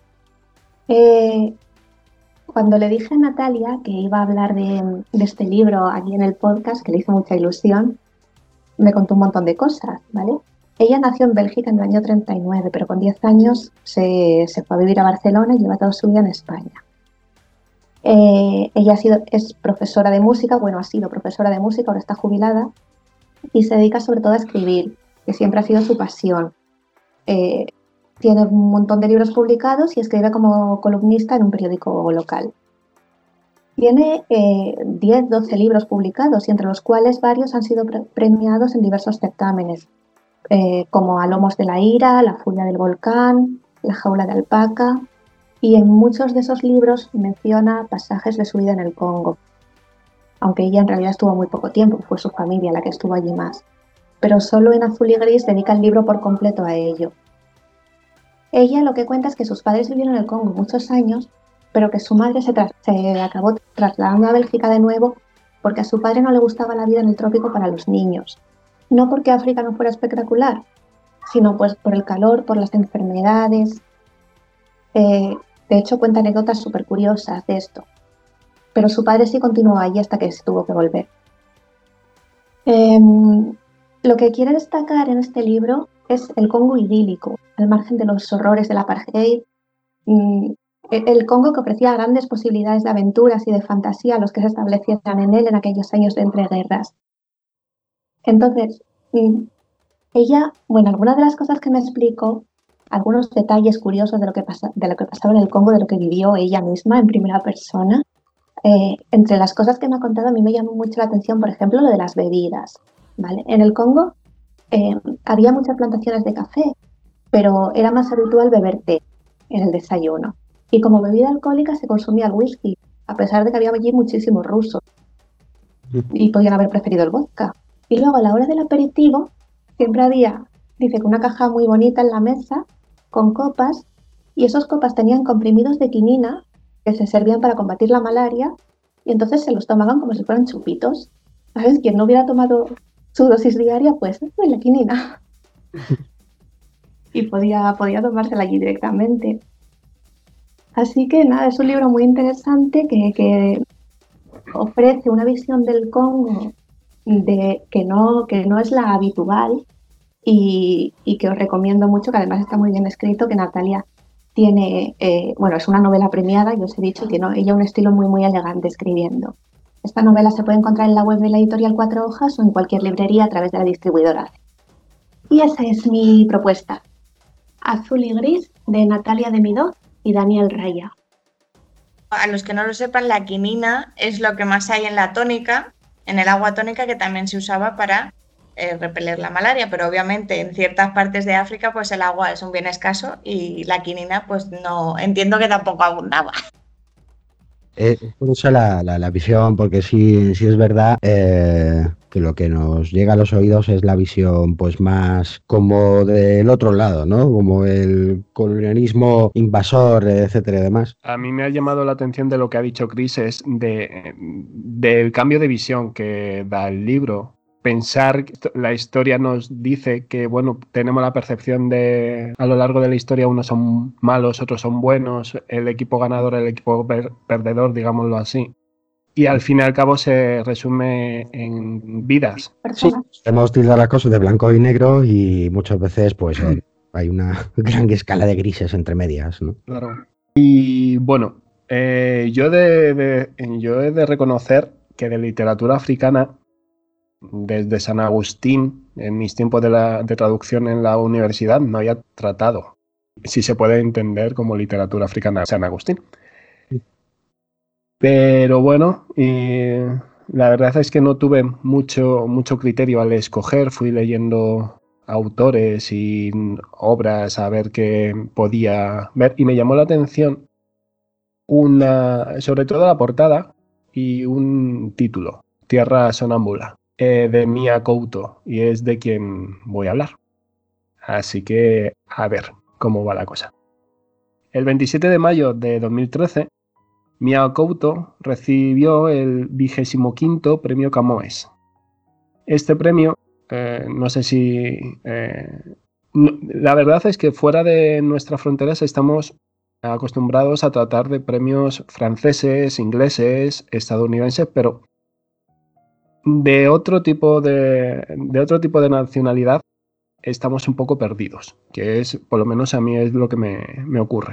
Cuando le dije a Natalia que iba a hablar de este libro aquí en el podcast, que le hizo mucha ilusión, me contó un montón de cosas, ¿vale? Ella nació en Bélgica en el año 39, pero con 10 años se fue a vivir a Barcelona y lleva toda su vida en España. Ella es profesora de música, bueno, ha sido profesora de música, ahora está jubilada, y se dedica sobre todo a escribir, que siempre ha sido su pasión. Tiene un montón de libros publicados y escribe como columnista en un periódico local. Tiene 10, 12 libros publicados y entre los cuales varios han sido premiados en diversos certámenes, como A lomos de la ira, La furia del volcán, La jaula de alpaca, y en muchos de esos libros menciona pasajes de su vida en el Congo, aunque ella en realidad estuvo muy poco tiempo, fue su familia la que estuvo allí más. Pero solo en Azul y Gris dedica el libro por completo a ello. Ella lo que cuenta es que sus padres vivieron en el Congo muchos años, pero que su madre se acabó trasladando a Bélgica de nuevo porque a su padre no le gustaba la vida en el trópico para los niños. No porque África no fuera espectacular, sino pues por el calor, por las enfermedades. De hecho, cuenta anécdotas súper curiosas de esto. Pero su padre sí continuó allí hasta que se tuvo que volver. Lo que quiere destacar en este libro es el Congo idílico, al margen de los horrores del apartheid. El Congo que ofrecía grandes posibilidades de aventuras y de fantasía a los que se establecieran en él en aquellos años de entreguerras. Entonces, ella, bueno, algunas de las cosas que me explicó, algunos detalles curiosos de lo que pasaba en el Congo, de lo que vivió ella misma en primera persona. Entre las cosas que me ha contado, a mí me llamó mucho la atención, por ejemplo, lo de las bebidas, ¿vale? En el Congo había muchas plantaciones de café, pero era más habitual beber té en el desayuno. Y como bebida alcohólica se consumía el whisky, a pesar de que había allí muchísimos rusos y podían haber preferido el vodka. Y luego a la hora del aperitivo siempre había, dice que una caja muy bonita en la mesa con copas, y esas copas tenían comprimidos de quinina que se servían para combatir la malaria, y entonces se los tomaban como si fueran chupitos. ¿Sabes? Quien no hubiera tomado su dosis diaria, pues la quinina. Y podía tomársela allí directamente. Así que nada, es un libro muy interesante que ofrece una visión del Congo que no es la habitual y que os recomiendo mucho, que además está muy bien escrito, que Natalia tiene, es una novela premiada, y os he dicho, tiene ella un estilo muy, muy elegante escribiendo. Esta novela se puede encontrar en la web de la editorial Cuatro Hojas o en cualquier librería a través de la distribuidora. Y esa es mi propuesta. Azul y Gris, de Natalia de Midó y Daniel Raya. A los que no lo sepan, la quinina es lo que más hay en la tónica, en el agua tónica, que también se usaba para repeler la malaria, pero obviamente en ciertas partes de África pues el agua es un bien escaso y la quinina pues no, entiendo que tampoco abundaba. Es por eso la visión, porque sí es verdad que lo que nos llega a los oídos es la visión pues más como del otro lado, ¿no? Como el colonialismo invasor, etcétera y demás. A mí me ha llamado la atención de lo que ha dicho Chris, es del cambio de visión que da el libro. Pensar, la historia nos dice que, bueno, tenemos la percepción de a lo largo de la historia unos son malos, otros son buenos, el equipo ganador, el equipo perdedor, digámoslo así. Y al fin y al cabo se resume en vidas. Sí, hemos tildado las cosas de blanco y negro y muchas veces pues hay una gran escala de grises entre medias, ¿no? Claro. Y bueno, yo he de reconocer que de literatura africana, desde San Agustín, en mis tiempos de traducción en la universidad, no había tratado, si se puede entender como literatura africana, San Agustín. Pero bueno, la verdad es que no tuve mucho criterio al escoger, fui leyendo autores y obras a ver qué podía ver, y me llamó la atención sobre todo la portada y un título, Tierra Sonámbula, de Mia Couto, y es de quien voy a hablar. Así que a ver cómo va la cosa. El 27 de mayo de 2013, Mia Couto recibió el 25º premio Camões. Este premio no sé si... la verdad es que fuera de nuestras fronteras estamos acostumbrados a tratar de premios franceses, ingleses, estadounidenses, pero de otro tipo de nacionalidad estamos un poco perdidos, que es, por lo menos a mí es lo que me ocurre.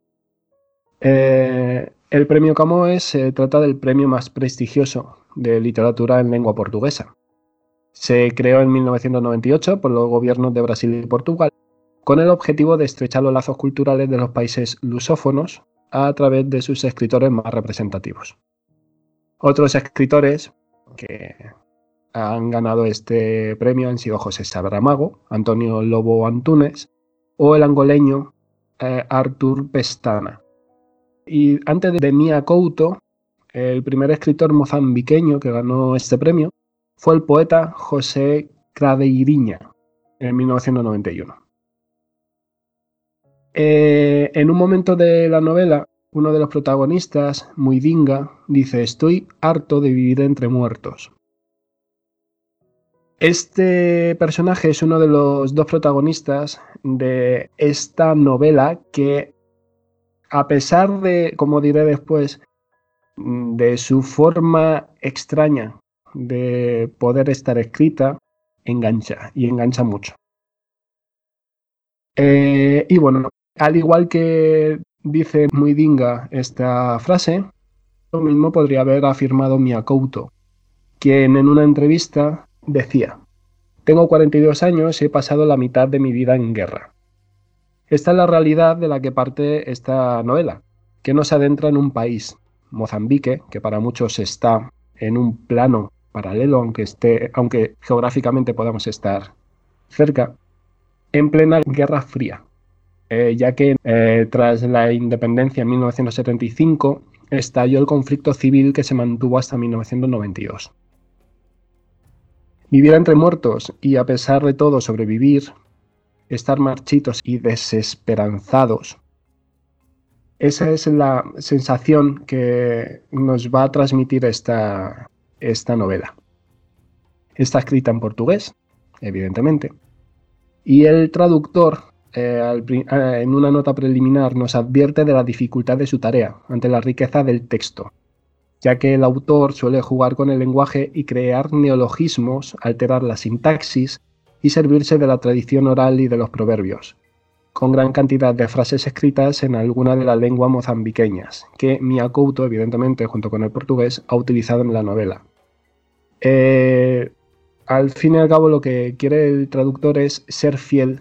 El premio Camões se trata del premio más prestigioso de literatura en lengua portuguesa. Se creó en 1998 por los gobiernos de Brasil y Portugal, con el objetivo de estrechar los lazos culturales de los países lusófonos a través de sus escritores más representativos. Otros escritores que han ganado este premio han sido José Saramago, Antonio Lobo Antunes o el angoleño Arthur Pestana. Y antes de Mia Couto, el primer escritor mozambiqueño que ganó este premio fue el poeta José Craveirinha en 1991. En un momento de la novela, uno de los protagonistas, Muidinga, dice: «Estoy harto de vivir entre muertos». Este personaje es uno de los dos protagonistas de esta novela que, a pesar de, como diré después, de su forma extraña de poder estar escrita, engancha, y engancha mucho. Y bueno, al igual que dice Muidinga esta frase, lo mismo podría haber afirmado Mia Couto, quien en una entrevista decía: «Tengo 42 años y he pasado la mitad de mi vida en guerra». Esta es la realidad de la que parte esta novela, que nos adentra en un país, Mozambique, que para muchos está en un plano paralelo, aunque geográficamente podamos estar cerca, en plena Guerra Fría, ya que tras la independencia en 1975 estalló el conflicto civil que se mantuvo hasta 1992. Vivir entre muertos y, a pesar de todo, sobrevivir, estar marchitos y desesperanzados, esa es la sensación que nos va a transmitir esta novela. Está escrita en portugués, evidentemente, y el traductor, en una nota preliminar, nos advierte de la dificultad de su tarea ante la riqueza del texto, ya que el autor suele jugar con el lenguaje y crear neologismos, alterar la sintaxis y servirse de la tradición oral y de los proverbios, con gran cantidad de frases escritas en alguna de las lenguas mozambiqueñas, que Mia Couto, evidentemente, junto con el portugués, ha utilizado en la novela. Al fin y al cabo, lo que quiere el traductor es ser fiel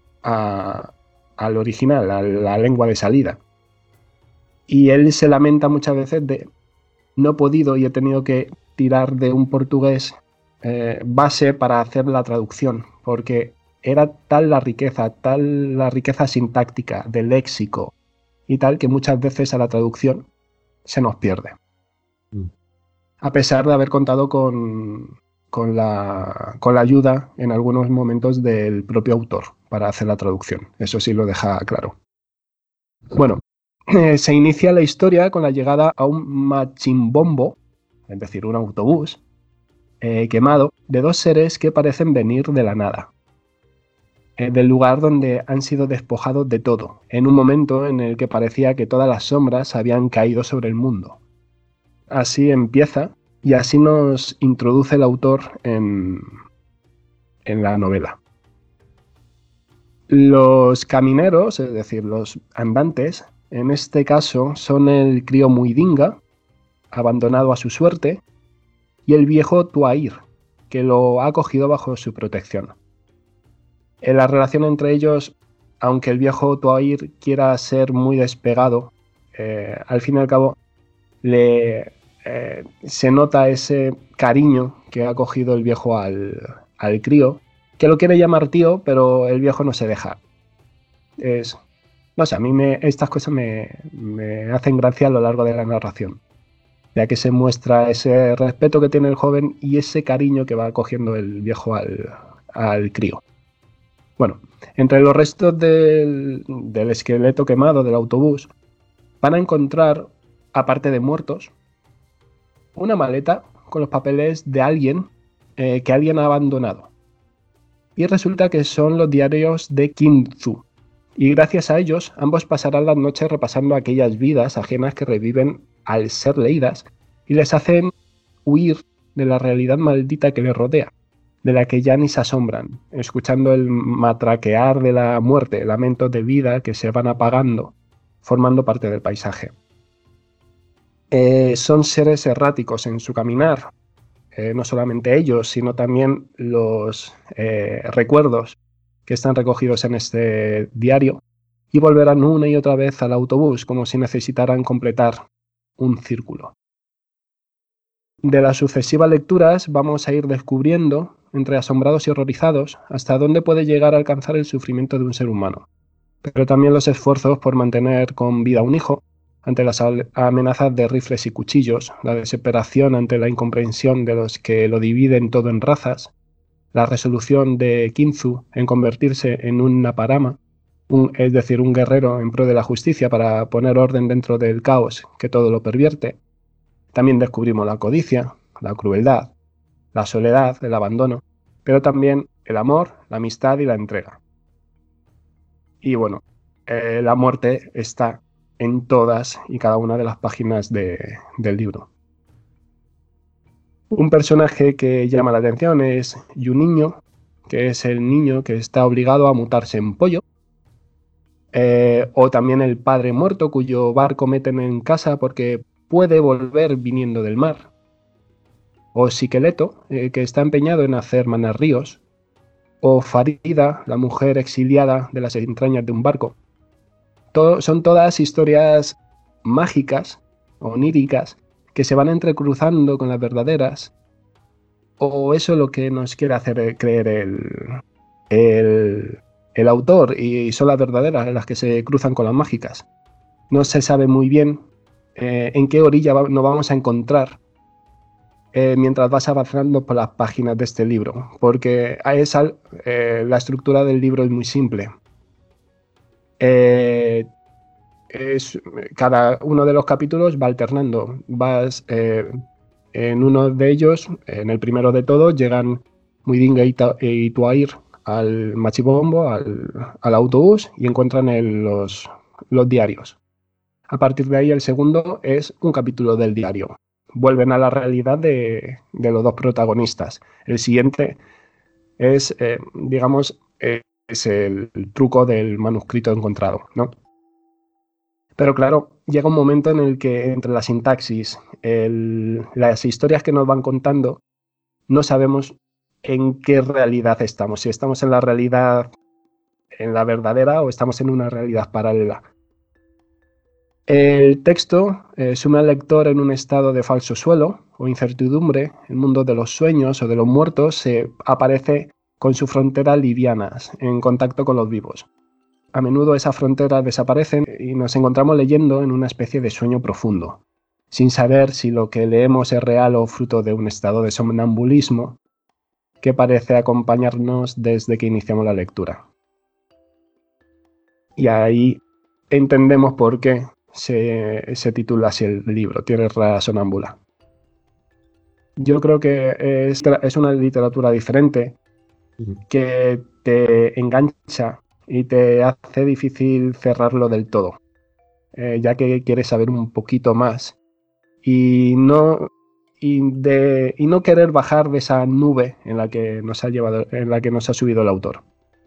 al original, a la lengua de salida. Y él se lamenta muchas veces de: «No he podido y he tenido que tirar de un portugués base para hacer la traducción, porque era tal la riqueza sintáctica, del léxico y tal, que muchas veces a la traducción se nos pierde». A pesar de haber contado con la ayuda en algunos momentos del propio autor para hacer la traducción. Eso sí lo deja claro. Bueno, se inicia la historia con la llegada a un machimbombo, es decir, un autobús quemado, de dos seres que parecen venir de la nada, del lugar donde han sido despojados de todo, en un momento en el que parecía que todas las sombras habían caído sobre el mundo. Así empieza y así nos introduce el autor en la novela. Los camineros, es decir, los andantes, en este caso son el crío Muidinga, abandonado a su suerte, y el viejo Tuair, que lo ha acogido bajo su protección. En la relación entre ellos, aunque el viejo Tuair quiera ser muy despegado, al fin y al cabo se nota ese cariño que ha cogido el viejo al crío, que lo quiere llamar tío, pero el viejo no se deja. No sé, a mí estas cosas me hacen gracia a lo largo de la narración, ya que se muestra ese respeto que tiene el joven y ese cariño que va cogiendo el viejo al crío. Bueno, entre los restos del esqueleto quemado del autobús van a encontrar, aparte de muertos, una maleta con los papeles de alguien que alguien ha abandonado. y resulta que son los diarios de Kinzu. Y gracias a ellos, ambos pasarán las noches repasando aquellas vidas ajenas que reviven al ser leídas y les hacen huir de la realidad maldita que les rodea, de la que ya ni se asombran, escuchando el matraquear de la muerte, lamentos de vida que se van apagando, formando parte del paisaje. Son seres erráticos en su caminar, no solamente ellos, sino también los recuerdos que están recogidos en este diario, y volverán una y otra vez al autobús como si necesitaran completar un círculo. De las sucesivas lecturas vamos a ir descubriendo, entre asombrados y horrorizados, hasta dónde puede llegar a alcanzar el sufrimiento de un ser humano, pero también los esfuerzos por mantener con vida a un hijo, ante las amenazas de rifles y cuchillos, la desesperación ante la incomprensión de los que lo dividen todo en razas, la resolución de Kinzu en convertirse en un Naparama, es decir, un guerrero en pro de la justicia para poner orden dentro del caos que todo lo pervierte. También descubrimos la codicia, la crueldad, la soledad, el abandono, pero también el amor, la amistad y la entrega. Y bueno, la muerte está en todas y cada una de las páginas del libro. Un personaje que llama la atención es Juninho, que es el niño que está obligado a mutarse en pollo, o también el padre muerto cuyo barco meten en casa porque puede volver viniendo del mar, o Siqueleto, que está empeñado en hacer manar ríos, o Farida, la mujer exiliada de las entrañas de un barco. Son todas historias mágicas, oníricas, que se van entrecruzando con las verdaderas, o eso es lo que nos quiere hacer creer el autor, y son las verdaderas las que se cruzan con las mágicas. No se sabe muy bien en qué orilla nos vamos a encontrar mientras vas avanzando por las páginas de este libro, porque la estructura del libro es muy simple. Cada uno de los capítulos va alternando. En uno de ellos, en el primero de todos, llegan Muidinga y Tuair al Machibombo, al autobús, y encuentran los diarios. A partir de ahí, el segundo es un capítulo del diario. Vuelven a la realidad de los dos protagonistas. El siguiente es, es el truco del manuscrito encontrado, ¿no? Pero claro, llega un momento en el que entre la sintaxis, las historias que nos van contando, no sabemos en qué realidad estamos. Si estamos en la realidad, en la verdadera, o estamos en una realidad paralela. El texto sume al lector en un estado de falso suelo o incertidumbre. El mundo de los sueños o de los muertos aparece con sus fronteras livianas, en contacto con los vivos. A menudo esas fronteras desaparecen y nos encontramos leyendo en una especie de sueño profundo, sin saber si lo que leemos es real o fruto de un estado de somnambulismo que parece acompañarnos desde que iniciamos la lectura. Y ahí entendemos por qué se titula así el libro, Tierra sonámbula. Yo creo que es una literatura diferente que te engancha y te hace difícil cerrarlo del todo, ya que quieres saber un poquito más y no querer bajar de esa nube en la que nos ha subido el autor.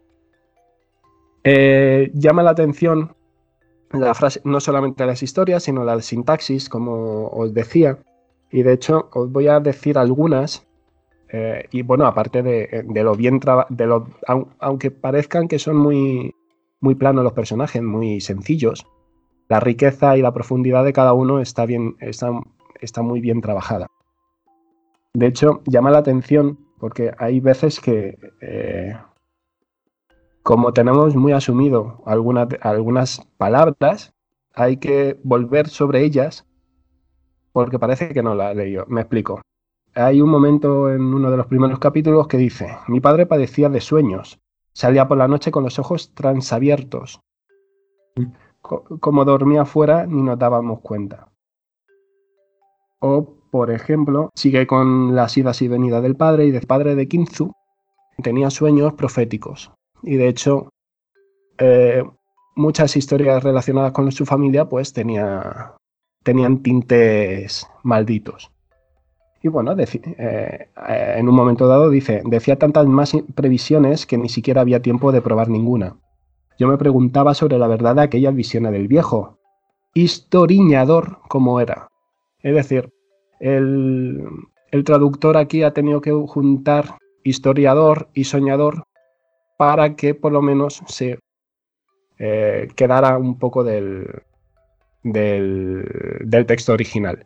Llama la atención la frase, no solamente las historias, sino la sintaxis, como os decía, y de hecho os voy a decir algunas. Y bueno, aparte de lo bien aunque parezcan que son muy, muy planos los personajes, muy sencillos, la riqueza y la profundidad de cada uno está muy bien trabajada. De hecho, llama la atención porque hay veces que, como tenemos muy asumido algunas palabras, hay que volver sobre ellas porque parece que no la he leído. Me explico. Hay un momento en uno de los primeros capítulos que dice: mi padre padecía de sueños, salía por la noche con los ojos transabiertos. Como dormía fuera ni nos dábamos cuenta. O, por ejemplo, sigue con las idas y venidas del padre y del padre de Kinzu, tenía sueños proféticos. Y de hecho, muchas historias relacionadas con su familia pues tenían tintes malditos. Y bueno, en un momento dado decía tantas más previsiones que ni siquiera había tiempo de probar ninguna. Yo me preguntaba sobre la verdad de aquellas visiones del viejo, historiñador como era. Es decir, el traductor aquí ha tenido que juntar historiador y soñador para que por lo menos se quedara un poco del texto original.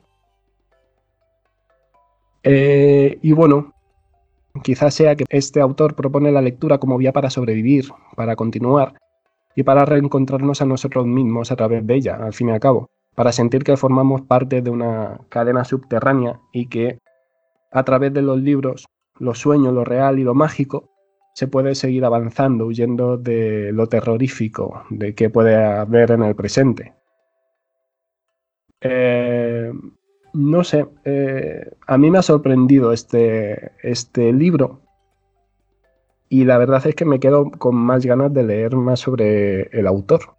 Y bueno, quizás sea que este autor propone la lectura como vía para sobrevivir, para continuar y para reencontrarnos a nosotros mismos a través de ella, al fin y al cabo, para sentir que formamos parte de una cadena subterránea y que a través de los libros, los sueños, lo real y lo mágico, se puede seguir avanzando, huyendo de lo terrorífico de que puede haber en el presente. No sé, a mí me ha sorprendido este libro y la verdad es que me quedo con más ganas de leer más sobre el autor.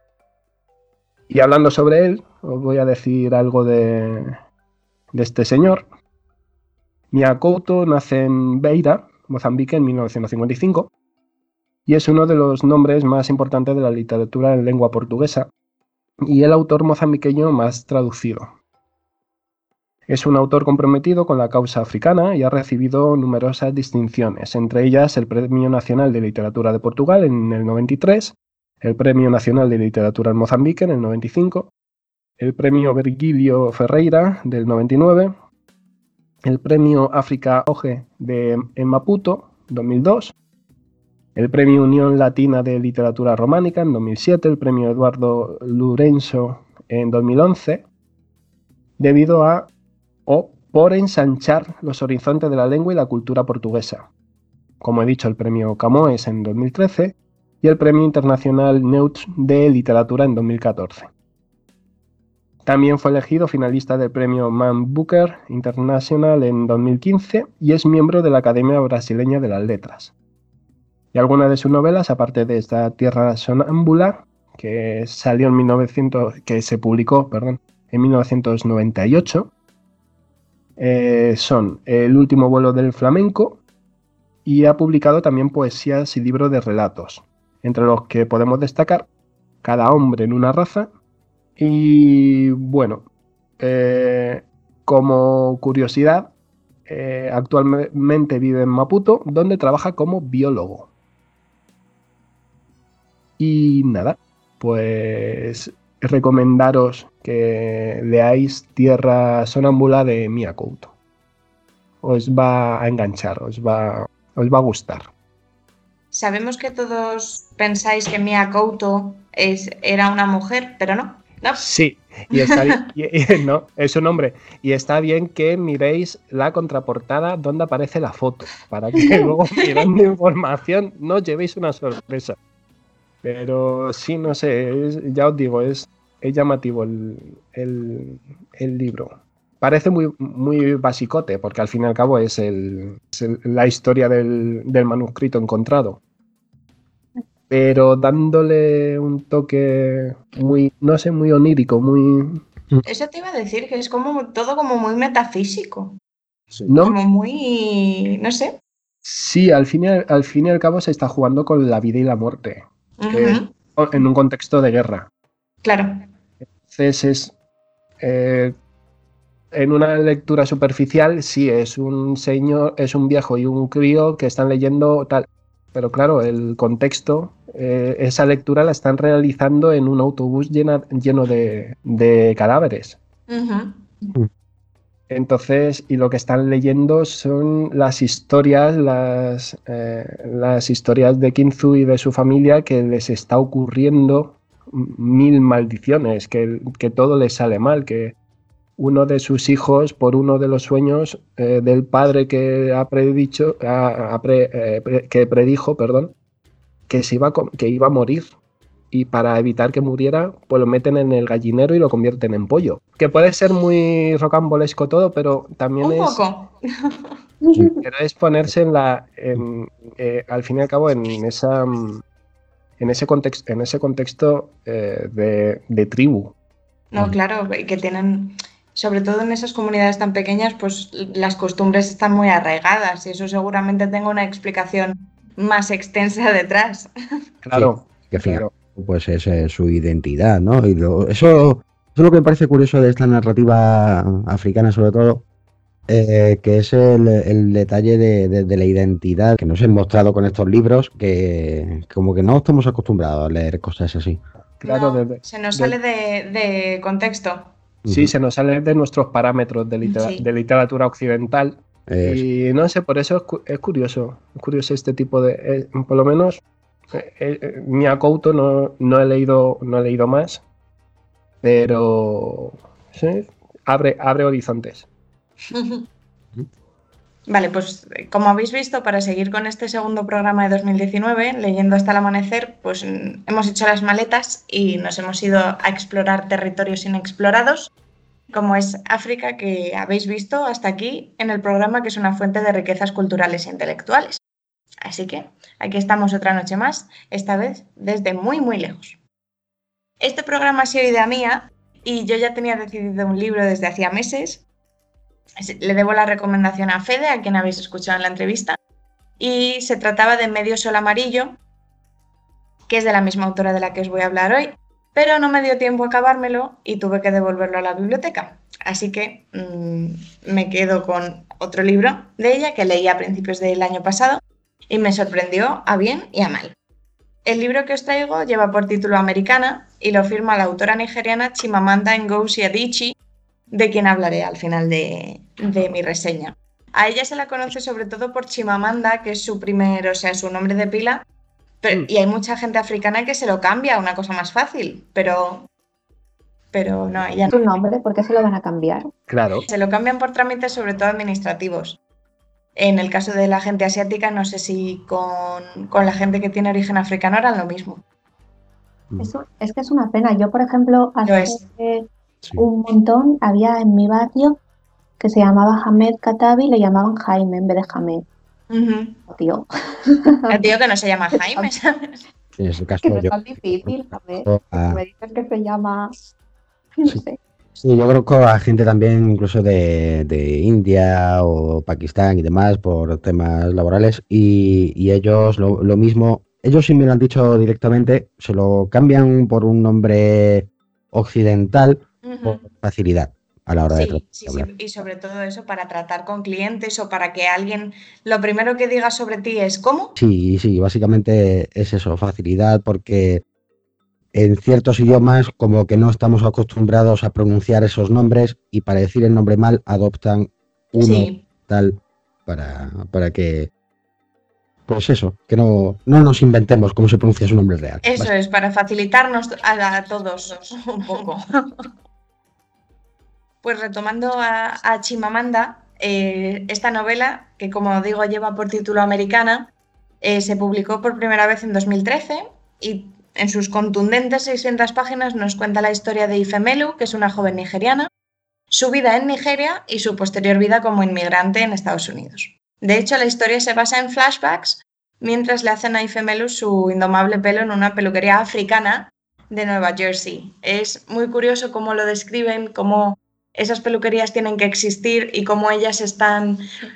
Y hablando sobre él, os voy a decir algo de este señor. Mia Couto nace en Beira, Mozambique, en 1955 y es uno de los nombres más importantes de la literatura en lengua portuguesa y el autor mozambiqueño más traducido. Es un autor comprometido con la causa africana y ha recibido numerosas distinciones, entre ellas el Premio Nacional de Literatura de Portugal en el 93, el Premio Nacional de Literatura en Mozambique en el 95, el Premio Virgilio Ferreira del 99, el Premio África Oge en Maputo 2002, el Premio Unión Latina de Literatura Románica en 2007, el Premio Eduardo Lourenço en 2011, debido a o por ensanchar los horizontes de la lengua y la cultura portuguesa. Como he dicho, el Premio Camões en 2013 y el Premio Internacional Neutsch de Literatura en 2014. También fue elegido finalista del Premio Man Booker International en 2015 y es miembro de la Academia Brasileña de las Letras. Y algunas de sus novelas, aparte de esta Tierra Sonámbula, que se publicó en 1998, son El último vuelo del flamenco y ha publicado también poesías y libros de relatos, entre los que podemos destacar Cada hombre en una raza y, bueno, como curiosidad, actualmente vive en Maputo, donde trabaja como biólogo. Y nada, pues recomendaros que leáis Tierra Sonámbula de Mia Couto. Os va a enganchar, os va a gustar. Sabemos que todos pensáis que Mia Couto era una mujer, pero no. ¿No? Sí, y está bien, no, es un hombre. Y está bien que miréis la contraportada donde aparece la foto, para que luego mirando información no os llevéis una sorpresa. Pero sí, no sé, ya os digo, es llamativo el libro. Parece muy, muy basicote, porque al fin y al cabo es la historia del manuscrito encontrado. Pero dándole un toque muy, no sé, muy onírico, muy... Eso te iba a decir, que es todo como muy metafísico. Sí. ¿No? Como muy, no sé. Sí, al fin y al cabo se está jugando con la vida y la muerte. En un contexto de guerra. Claro. Entonces en una lectura superficial, sí, es un viejo y un crío que están leyendo tal. Pero claro, el contexto, esa lectura la están realizando en un autobús lleno de cadáveres. Entonces, y lo que están leyendo son las historias, las historias de Kinzu y de su familia, que les está ocurriendo mil maldiciones, que todo les sale mal, que uno de sus hijos, por uno de los sueños del padre que predijo, que iba a morir. Y para evitar que muriera, pues lo meten en el gallinero y lo convierten en pollo. Que puede ser muy rocambolesco todo, pero también un poco. Pero es ponerse al fin y al cabo en ese contexto de tribu. No, claro, que tienen, sobre todo en esas comunidades tan pequeñas, pues las costumbres están muy arraigadas y eso seguramente tenga una explicación más extensa detrás. Claro, que al final, claro. pues es su identidad, ¿no? Y eso es lo que me parece curioso de esta narrativa africana, sobre todo, que es el detalle de la identidad que nos han mostrado con estos libros, que como que no estamos acostumbrados a leer cosas así. Claro, No, se nos sale de contexto. Sí, se nos sale de nuestros parámetros de literatura occidental. Y no sé, por eso es curioso este tipo de... por lo menos, Mia Couto no he leído más, pero sí, abre horizontes. Vale, pues como habéis visto, para seguir con este segundo programa de 2019, leyendo hasta el amanecer, pues hemos hecho las maletas y nos hemos ido a explorar territorios inexplorados, como es África, que habéis visto hasta aquí en el programa, que es una fuente de riquezas culturales e intelectuales. Así que aquí estamos otra noche más, esta vez desde muy, muy lejos. Este programa ha sido idea mía y yo ya tenía decidido un libro desde hacía meses. Le debo la recomendación a Fede, a quien habéis escuchado en la entrevista, y se trataba de Medio Sol Amarillo, que es de la misma autora de la que os voy a hablar hoy, pero no me dio tiempo a acabármelo y tuve que devolverlo a la biblioteca. Así que me quedo con otro libro de ella que leí a principios del año pasado y me sorprendió a bien y a mal. El libro que os traigo lleva por título Americana y lo firma la autora nigeriana Chimamanda Ngozi Adichie, de quien hablaré al final de mi reseña. A ella se la conoce sobre todo por Chimamanda, que es su nombre de pila, y hay mucha gente africana que se lo cambia a una cosa más fácil, pero no, ella no. ¿Su nombre? ¿Por qué se lo van a cambiar? Claro. Se lo cambian por trámites sobre todo administrativos. En el caso de la gente asiática, no sé si con la gente que tiene origen africano era lo mismo. Eso, es que es una pena. Yo, por ejemplo, hace Sí. un montón había en mi barrio que se llamaba Hamed Katabi y le llamaban Jaime en vez de Hamed. Tío. El tío que no se llama Jaime, ¿sabes? En ese caso, Que no es tan difícil, Hamed. Me dices que se llama... No sé. Sí, yo conozco a gente también incluso de India o Pakistán y demás por temas laborales y ellos lo mismo, ellos sí me lo han dicho directamente, se lo cambian por un nombre occidental por facilidad a la hora de tratar. Sí, y sobre todo eso para tratar con clientes o para que alguien lo primero que diga sobre ti es ¿cómo? Sí, básicamente es eso, facilidad porque en ciertos idiomas como que no estamos acostumbrados a pronunciar esos nombres y para decir el nombre mal adoptan uno tal para que, pues eso, que no nos inventemos cómo se pronuncia su nombre real. Eso es, para facilitarnos a todos un poco. Pues retomando a Chimamanda, esta novela, que como digo lleva por título Americana, se publicó por primera vez en 2013 y en sus contundentes 600 páginas nos cuenta la historia de Ifemelu, que es una joven nigeriana, su vida en Nigeria y su posterior vida como inmigrante en Estados Unidos. De hecho, la historia se basa en flashbacks mientras le hacen a Ifemelu su indomable pelo en una peluquería africana de Nueva Jersey. Es muy curioso cómo lo describen, cómo esas peluquerías tienen que existir y cómo ellas están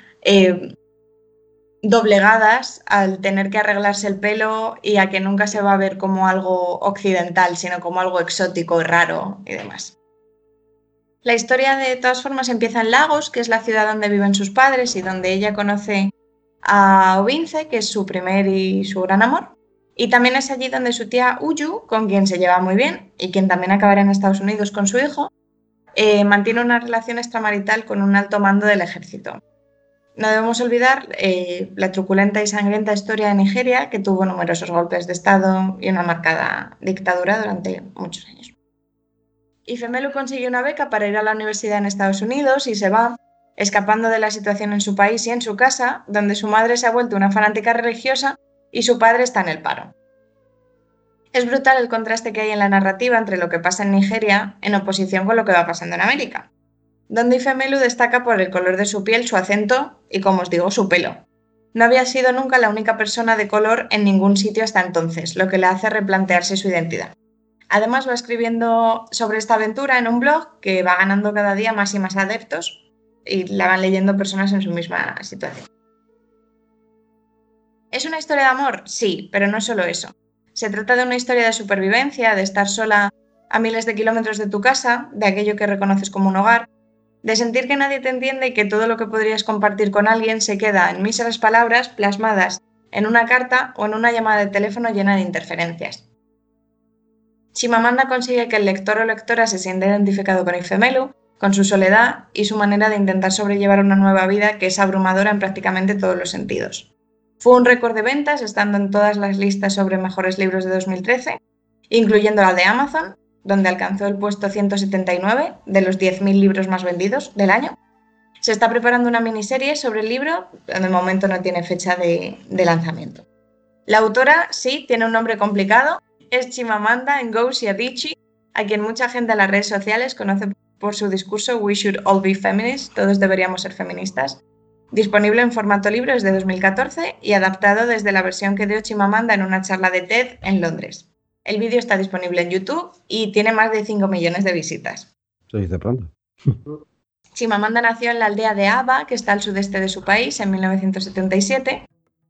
doblegadas al tener que arreglarse el pelo y a que nunca se va a ver como algo occidental, sino como algo exótico, raro y demás. La historia de todas formas empieza en Lagos, que es la ciudad donde viven sus padres y donde ella conoce a Obinze, que es su primer y su gran amor. Y también es allí donde su tía Uju, con quien se lleva muy bien y quien también acabará en Estados Unidos con su hijo, mantiene una relación extramarital con un alto mando del ejército. No debemos olvidar la truculenta y sangrienta historia de Nigeria, que tuvo numerosos golpes de Estado y una marcada dictadura durante muchos años. Ifemelu consigue una beca para ir a la universidad en Estados Unidos y se va, escapando de la situación en su país y en su casa, donde su madre se ha vuelto una fanática religiosa y su padre está en el paro. Es brutal el contraste que hay en la narrativa entre lo que pasa en Nigeria en oposición con lo que va pasando en América. donde Ifemelu destaca por el color de su piel, su acento y, como os digo, su pelo. No había sido nunca la única persona de color en ningún sitio hasta entonces, lo que le hace replantearse su identidad. Además, va escribiendo sobre esta aventura en un blog que va ganando cada día más y más adeptos y la van leyendo personas en su misma situación. ¿Es una historia de amor? Sí, pero no es solo eso. Se trata de una historia de supervivencia, de estar sola a miles de kilómetros de tu casa, de aquello que reconoces como un hogar, de sentir que nadie te entiende y que todo lo que podrías compartir con alguien se queda en míseras palabras plasmadas en una carta o en una llamada de teléfono llena de interferencias. Chimamanda consigue que el lector o lectora se sienta identificado con Ifemelu, con su soledad y su manera de intentar sobrellevar una nueva vida que es abrumadora en prácticamente todos los sentidos. Fue un récord de ventas, estando en todas las listas sobre mejores libros de 2013, incluyendo la de Amazon, donde alcanzó el puesto 179 de los 10.000 libros más vendidos del año. Se está preparando una miniserie sobre el libro, pero de momento no tiene fecha de lanzamiento. La autora, sí, tiene un nombre complicado, es Chimamanda Ngozi Adichie, a quien mucha gente en las redes sociales conoce por su discurso We should all be feminists, todos deberíamos ser feministas, disponible en formato libro desde 2014 y adaptado desde la versión que dio Chimamanda en una charla de TED en Londres. El vídeo está disponible en YouTube y tiene más de 5 millones de visitas. Se dice pronto. Chimamanda nació en la aldea de Aba, que está al sudeste de su país, en 1977,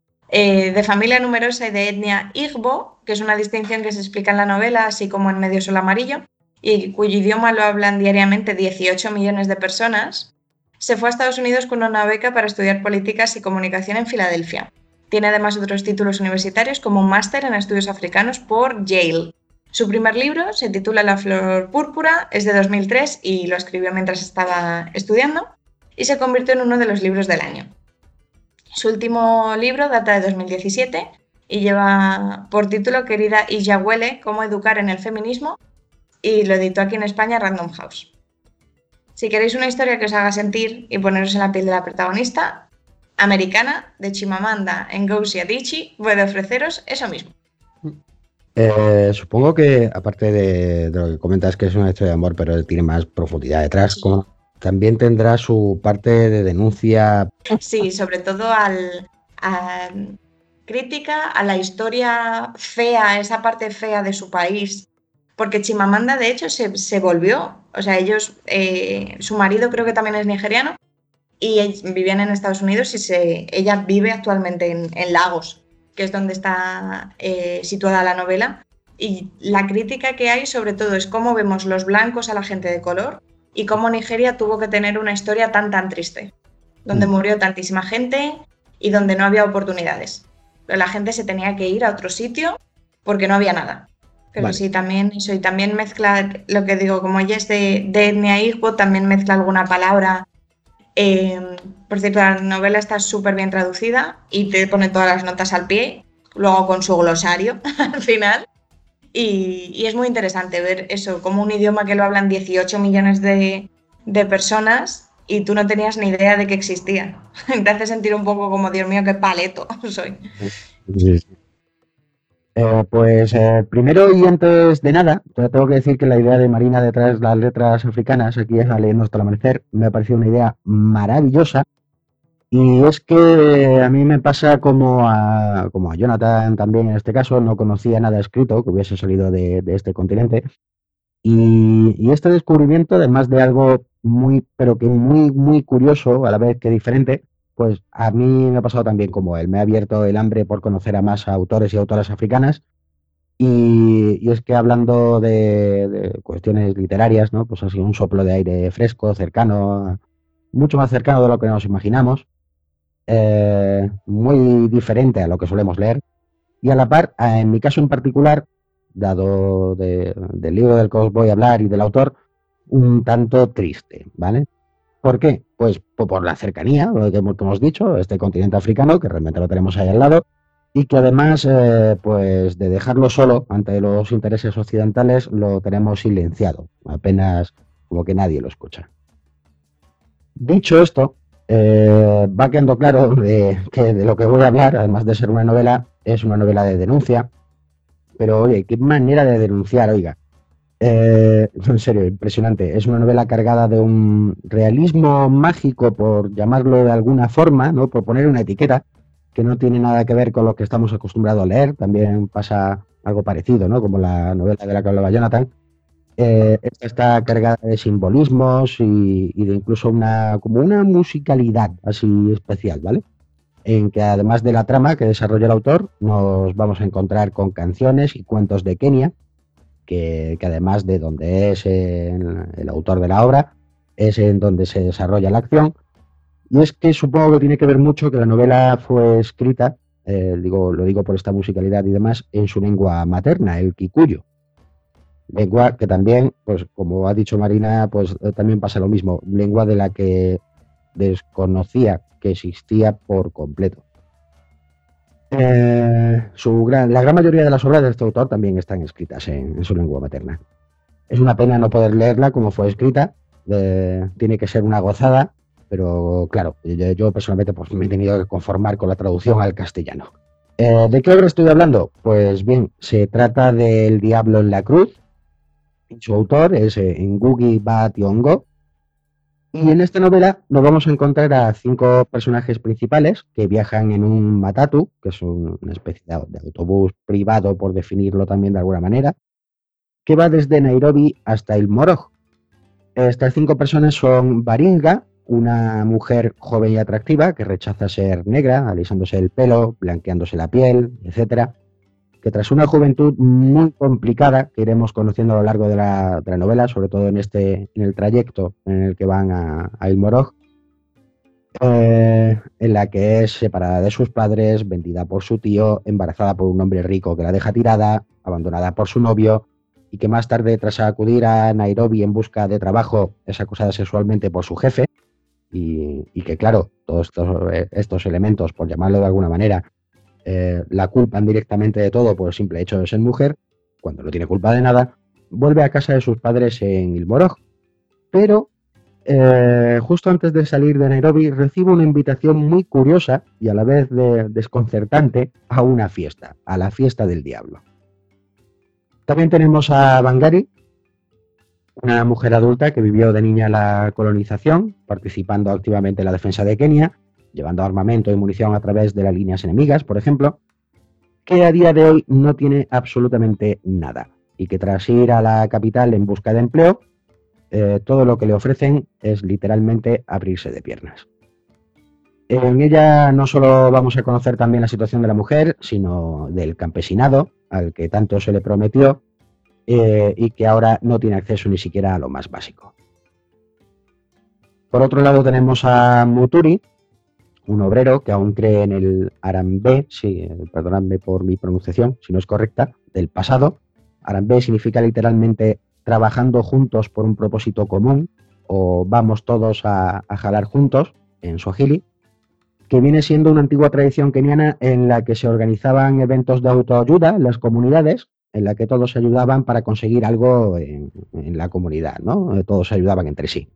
de familia numerosa y de etnia Igbo, que es una distinción que se explica en la novela, así como en Medio Sol Amarillo, y cuyo idioma lo hablan diariamente 18 millones de personas. Se fue a Estados Unidos con una beca para estudiar políticas y comunicación en Filadelfia. Tiene además otros títulos universitarios como un máster en estudios africanos por Yale. Su primer libro se titula La flor púrpura, es de 2003 y lo escribió mientras estaba estudiando y se convirtió en uno de los libros del año. Su último libro data de 2017 y lleva por título Querida Iyahuele, cómo educar en el feminismo, y lo editó aquí en España Random House. Si queréis una historia que os haga sentir y poneros en la piel de la protagonista, Americana, de Chimamanda Ngozi Adichie, puede ofreceros eso mismo. Supongo que, aparte de lo que comentas que es una historia de amor, pero tiene más profundidad detrás, como también tendrá su parte de denuncia. Sí, sobre todo a crítica a la historia fea, esa parte fea de su país. Porque Chimamanda, de hecho, se volvió. O sea, ellos, su marido creo que también es nigeriano, y vivían en Estados Unidos y ella vive actualmente en Lagos, que es donde está situada la novela. Y la crítica que hay sobre todo es cómo vemos los blancos a la gente de color y cómo Nigeria tuvo que tener una historia tan triste, donde murió tantísima gente y donde no había oportunidades. Pero la gente se tenía que ir a otro sitio porque no había nada. Pero vale. Sí, también eso, y también mezcla, lo que digo, como ella es de etnia Igbo, también mezcla alguna palabra. Por cierto, la novela está súper bien traducida y te pone todas las notas al pie, luego con su glosario al final. Y es muy interesante ver eso, como un idioma que lo hablan 18 millones de personas y tú no tenías ni idea de que existía. Te hace sentir un poco como, Dios mío, qué paleto soy. Sí. Primero y antes de nada, tengo que decir que la idea de Marina detrás de las letras africanas, aquí es leyendo hasta el amanecer, me ha parecido una idea maravillosa. Y es que a mí me pasa como a Jonathan también en este caso, no conocía nada escrito que hubiese salido de este continente. Y este descubrimiento, además de algo muy curioso, a la vez que diferente, pues a mí me ha pasado también como él. Me ha abierto el hambre por conocer a más autores y autoras africanas. Y es que hablando de cuestiones literarias, ¿no? Pues ha sido un soplo de aire fresco, cercano, mucho más cercano de lo que nos imaginamos, muy diferente a lo que solemos leer. Y a la par, en mi caso en particular, dado del libro del que os voy a hablar y del autor, un tanto triste, ¿vale? ¿Por qué? Pues por la cercanía, que hemos dicho, este continente africano, que realmente lo tenemos ahí al lado, y que además, pues de dejarlo solo ante los intereses occidentales, lo tenemos silenciado, apenas como que nadie lo escucha. Dicho esto, va quedando claro que de lo que voy a hablar, además de ser una novela, es una novela de denuncia, pero oye, qué manera de denunciar, oiga. En serio, impresionante. Es una novela cargada de un realismo mágico, por llamarlo de alguna forma, ¿no? Por poner una etiqueta que no tiene nada que ver con lo que estamos acostumbrados a leer. También pasa algo parecido, ¿no? Como la novela de la que hablaba Jonathan. Esta está cargada de simbolismos y de incluso como una musicalidad así especial, ¿vale? En que además de la trama que desarrolla el autor, nos vamos a encontrar con canciones y cuentos de Kenia, que además de donde es el autor de la obra, es en donde se desarrolla la acción. Y es que supongo que tiene que ver mucho que la novela fue escrita, lo digo por esta musicalidad y demás, en su lengua materna, el kikuyu. Lengua que también, pues como ha dicho Marina, pues también pasa lo mismo, lengua de la que desconocía que existía por completo. La gran mayoría de las obras de este autor también están escritas en su lengua materna. Es una pena no poder leerla como fue escrita, tiene que ser una gozada, pero claro, yo personalmente pues, me he tenido que conformar con la traducción al castellano. ¿De qué obra estoy hablando? Pues bien, se trata del Diablo en la Cruz. Su autor es Ngugi wa Thiong'o. Y en esta novela nos vamos a encontrar a 5 personajes principales que viajan en un matatu, que es una especie de autobús privado, por definirlo también de alguna manera, que va desde Nairobi hasta El Morog. Estas 5 personas son Baringa, una mujer joven y atractiva que rechaza ser negra, alisándose el pelo, blanqueándose la piel, etcétera, que tras una juventud muy complicada que iremos conociendo a lo largo de la novela, sobre todo en el trayecto en el que van a El Morog, en la que es separada de sus padres, vendida por su tío, embarazada por un hombre rico que la deja tirada, abandonada por su novio, y que más tarde, tras acudir a Nairobi en busca de trabajo, es acosada sexualmente por su jefe, y que claro, todos estos elementos, por llamarlo de alguna manera, la culpan directamente de todo por el simple hecho de ser mujer, cuando no tiene culpa de nada, vuelve a casa de sus padres en El Morog. Pero justo antes de salir de Nairobi recibe una invitación muy curiosa y a la vez desconcertante a una fiesta, a la fiesta del diablo. También tenemos a Wangari, una mujer adulta que vivió de niña la colonización, participando activamente en la defensa de Kenia, llevando armamento y munición a través de las líneas enemigas, por ejemplo, que a día de hoy no tiene absolutamente nada y que tras ir a la capital en busca de empleo, todo lo que le ofrecen es literalmente abrirse de piernas. En ella no solo vamos a conocer también la situación de la mujer, sino del campesinado, al que tanto se le prometió, y que ahora no tiene acceso ni siquiera a lo más básico. Por otro lado tenemos a Muturi, un obrero que aún cree en el Harambee, sí, perdonadme por mi pronunciación, si no es correcta, del pasado. Harambee significa literalmente trabajando juntos por un propósito común, o vamos todos a jalar juntos, en Swahili, que viene siendo una antigua tradición keniana en la que se organizaban eventos de autoayuda en las comunidades, en la que todos se ayudaban para conseguir algo en la comunidad, ¿no? Todos se ayudaban entre sí.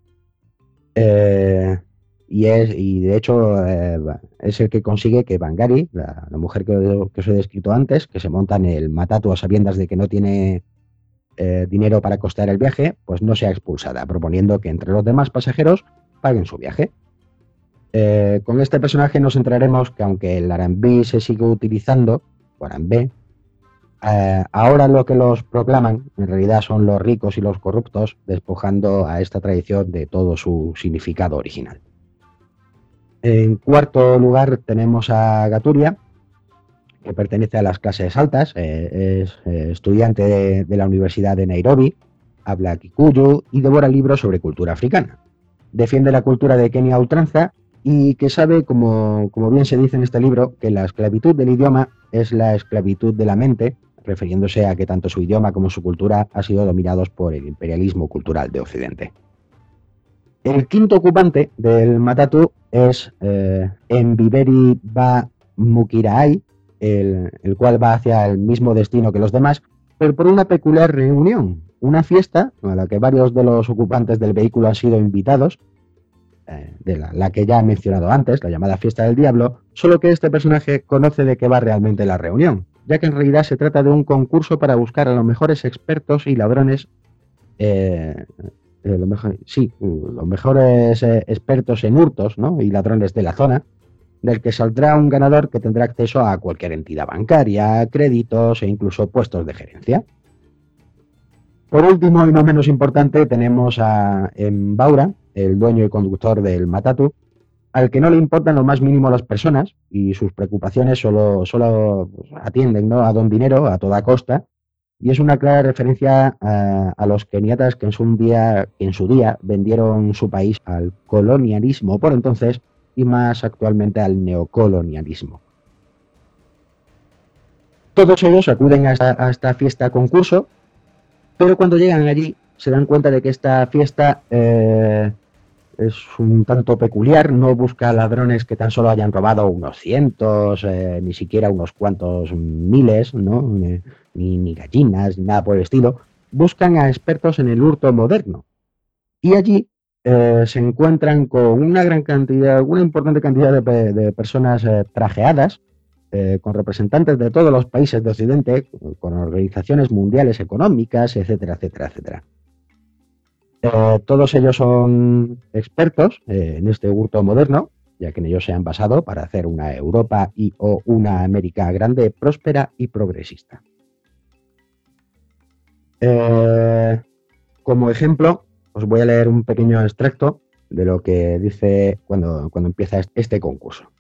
Y de hecho es el que consigue que Wangari, la mujer que os he descrito antes, que se monta en el matatu a sabiendas de que no tiene dinero para costear el viaje, pues no sea expulsada, proponiendo que entre los demás pasajeros paguen su viaje. Con este personaje nos enteraremos que aunque el Harambee se sigue utilizando, o Harambee, ahora lo que los proclaman en realidad son los ricos y los corruptos, despojando a esta tradición de todo su significado original. En cuarto lugar tenemos a Gaturia, que pertenece a las clases altas, es estudiante de la Universidad de Nairobi, habla kikuyu y devora libros sobre cultura africana. Defiende la cultura de Kenia a ultranza y que sabe, como bien se dice en este libro, que la esclavitud del idioma es la esclavitud de la mente, refiriéndose a que tanto su idioma como su cultura han sido dominados por el imperialismo cultural de Occidente. El quinto ocupante del matatu es Mbiberi Ba Mukiraai, el cual va hacia el mismo destino que los demás, pero por una peculiar reunión, una fiesta a la que varios de los ocupantes del vehículo han sido invitados, de la que ya he mencionado antes, la llamada Fiesta del Diablo, solo que este personaje conoce de qué va realmente la reunión, ya que en realidad se trata de un concurso para buscar a los mejores expertos y ladrones los mejores expertos en hurtos, ¿no? Y ladrones de la zona, del que saldrá un ganador que tendrá acceso a cualquier entidad bancaria, créditos e incluso puestos de gerencia. Por último, y no menos importante, tenemos a Mbaura, el dueño y conductor del Matatu, al que no le importan lo más mínimo las personas y sus preocupaciones solo atienden, ¿no?, a don dinero a toda costa, y es una clara referencia a los keniatas que en su día vendieron su país al colonialismo por entonces y más actualmente al neocolonialismo. Todos ellos acuden a esta fiesta concurso, pero cuando llegan allí se dan cuenta de que esta fiesta es un tanto peculiar, no busca ladrones que tan solo hayan robado unos cientos, ni siquiera unos cuantos miles, ¿no? Ni gallinas, ni nada por el estilo. Buscan a expertos en el hurto moderno. Y allí se encuentran con una importante cantidad de personas trajeadas, con representantes de todos los países de Occidente, con organizaciones mundiales económicas, etcétera, etcétera, etcétera. Todos ellos son expertos en este hurto moderno, ya que en ellos se han basado para hacer una Europa o una América grande, próspera y progresista. Como ejemplo, os voy a leer un pequeño extracto de lo que dice cuando empieza este concurso.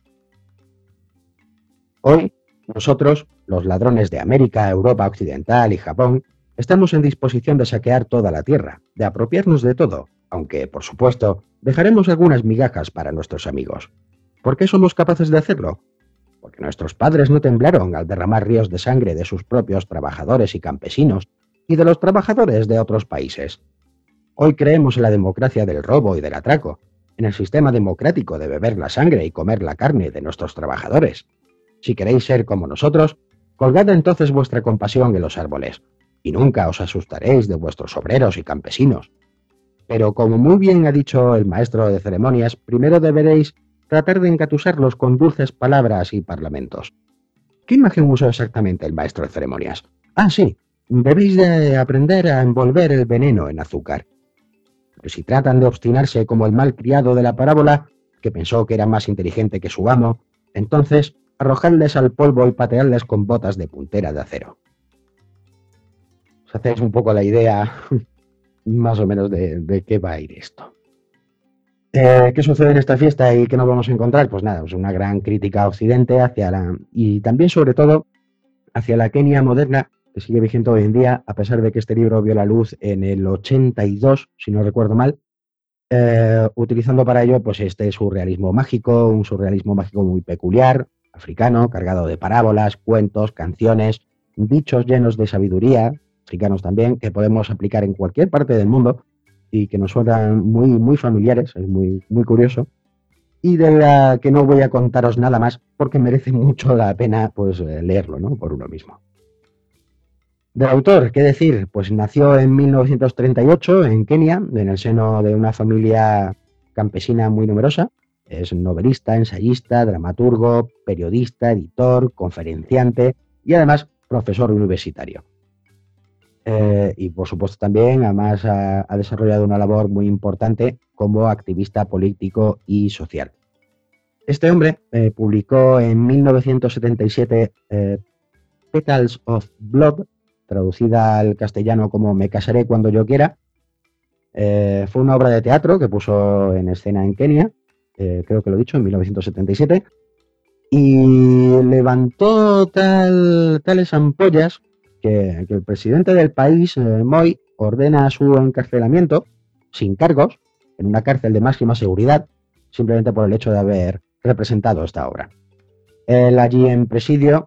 Hoy, nosotros, los ladrones de América, Europa Occidental y Japón, estamos en disposición de saquear toda la tierra, de apropiarnos de todo, aunque, por supuesto, dejaremos algunas migajas para nuestros amigos. ¿Por qué somos capaces de hacerlo? Porque nuestros padres no temblaron al derramar ríos de sangre de sus propios trabajadores y campesinos y de los trabajadores de otros países. Hoy creemos en la democracia del robo y del atraco, en el sistema democrático de beber la sangre y comer la carne de nuestros trabajadores. Si queréis ser como nosotros, colgad entonces vuestra compasión en los árboles, y nunca os asustaréis de vuestros obreros y campesinos. Pero como muy bien ha dicho el maestro de ceremonias, primero deberéis tratar de engatusarlos con dulces palabras y parlamentos. ¿Qué imagen usó exactamente el maestro de ceremonias? Ah, sí, debéis de aprender a envolver el veneno en azúcar. Pero si tratan de obstinarse como el malcriado de la parábola, que pensó que era más inteligente que su amo, entonces arrojadles al polvo y pateadles con botas de puntera de acero. Os hacéis un poco la idea más o menos de qué va a ir esto. ¿Qué sucede en esta fiesta y qué nos vamos a encontrar? Pues nada, pues una gran crítica a Occidente y también sobre todo hacia la Kenia moderna, que sigue vigente hoy en día, a pesar de que este libro vio la luz en el 82, si no recuerdo mal, utilizando para ello pues este surrealismo mágico, un surrealismo mágico muy peculiar, africano, cargado de parábolas, cuentos, canciones, dichos llenos de sabiduría, africanos también, que podemos aplicar en cualquier parte del mundo y que nos suenan muy, muy familiares, es muy, muy curioso, y de la que no voy a contaros nada más porque merece mucho la pena pues leerlo, ¿no?, por uno mismo. Del autor, ¿qué decir? Pues nació en 1938 en Kenia, en el seno de una familia campesina muy numerosa. Es novelista, ensayista, dramaturgo, periodista, editor, conferenciante y además profesor universitario. Y por supuesto también además ha desarrollado una labor muy importante como activista político y social. Este hombre publicó en 1977 Petals of Blood, traducida al castellano como Me casaré cuando yo quiera. Fue una obra de teatro que puso en escena en Kenia, creo que lo he dicho, en 1977, y levantó tales ampollas que el presidente del país, Moi, ordena su encarcelamiento sin cargos en una cárcel de máxima seguridad, simplemente por el hecho de haber representado esta obra. Él allí en presidio,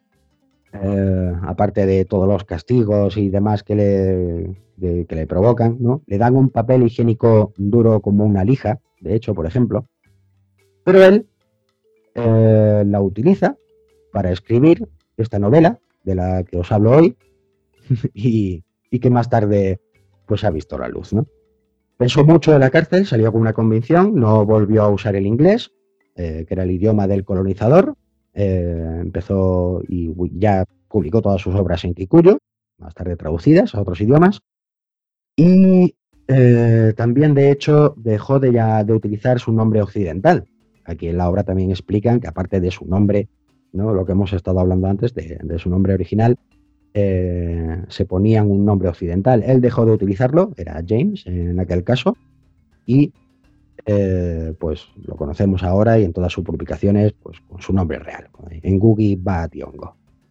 aparte de todos los castigos y demás que le provocan, ¿no?, le dan un papel higiénico duro como una lija, de hecho, por ejemplo, pero él la utiliza para escribir esta novela de la que os hablo hoy y que más tarde pues ha visto la luz, ¿no? Pensó mucho en la cárcel, salió con una convicción, no volvió a usar el inglés, que era el idioma del colonizador. Empezó y ya publicó todas sus obras en Kikuyu, más tarde traducidas a otros idiomas, Y también, de hecho, dejó de utilizar su nombre occidental. Aquí en la obra también explican que aparte de su nombre, ¿no? Lo que hemos estado hablando antes, de su nombre original, se ponían un nombre occidental. Él dejó de utilizarlo, era James en aquel caso, y pues lo conocemos ahora y en todas sus publicaciones pues con su nombre real, Ngugi Wa Thiong'o.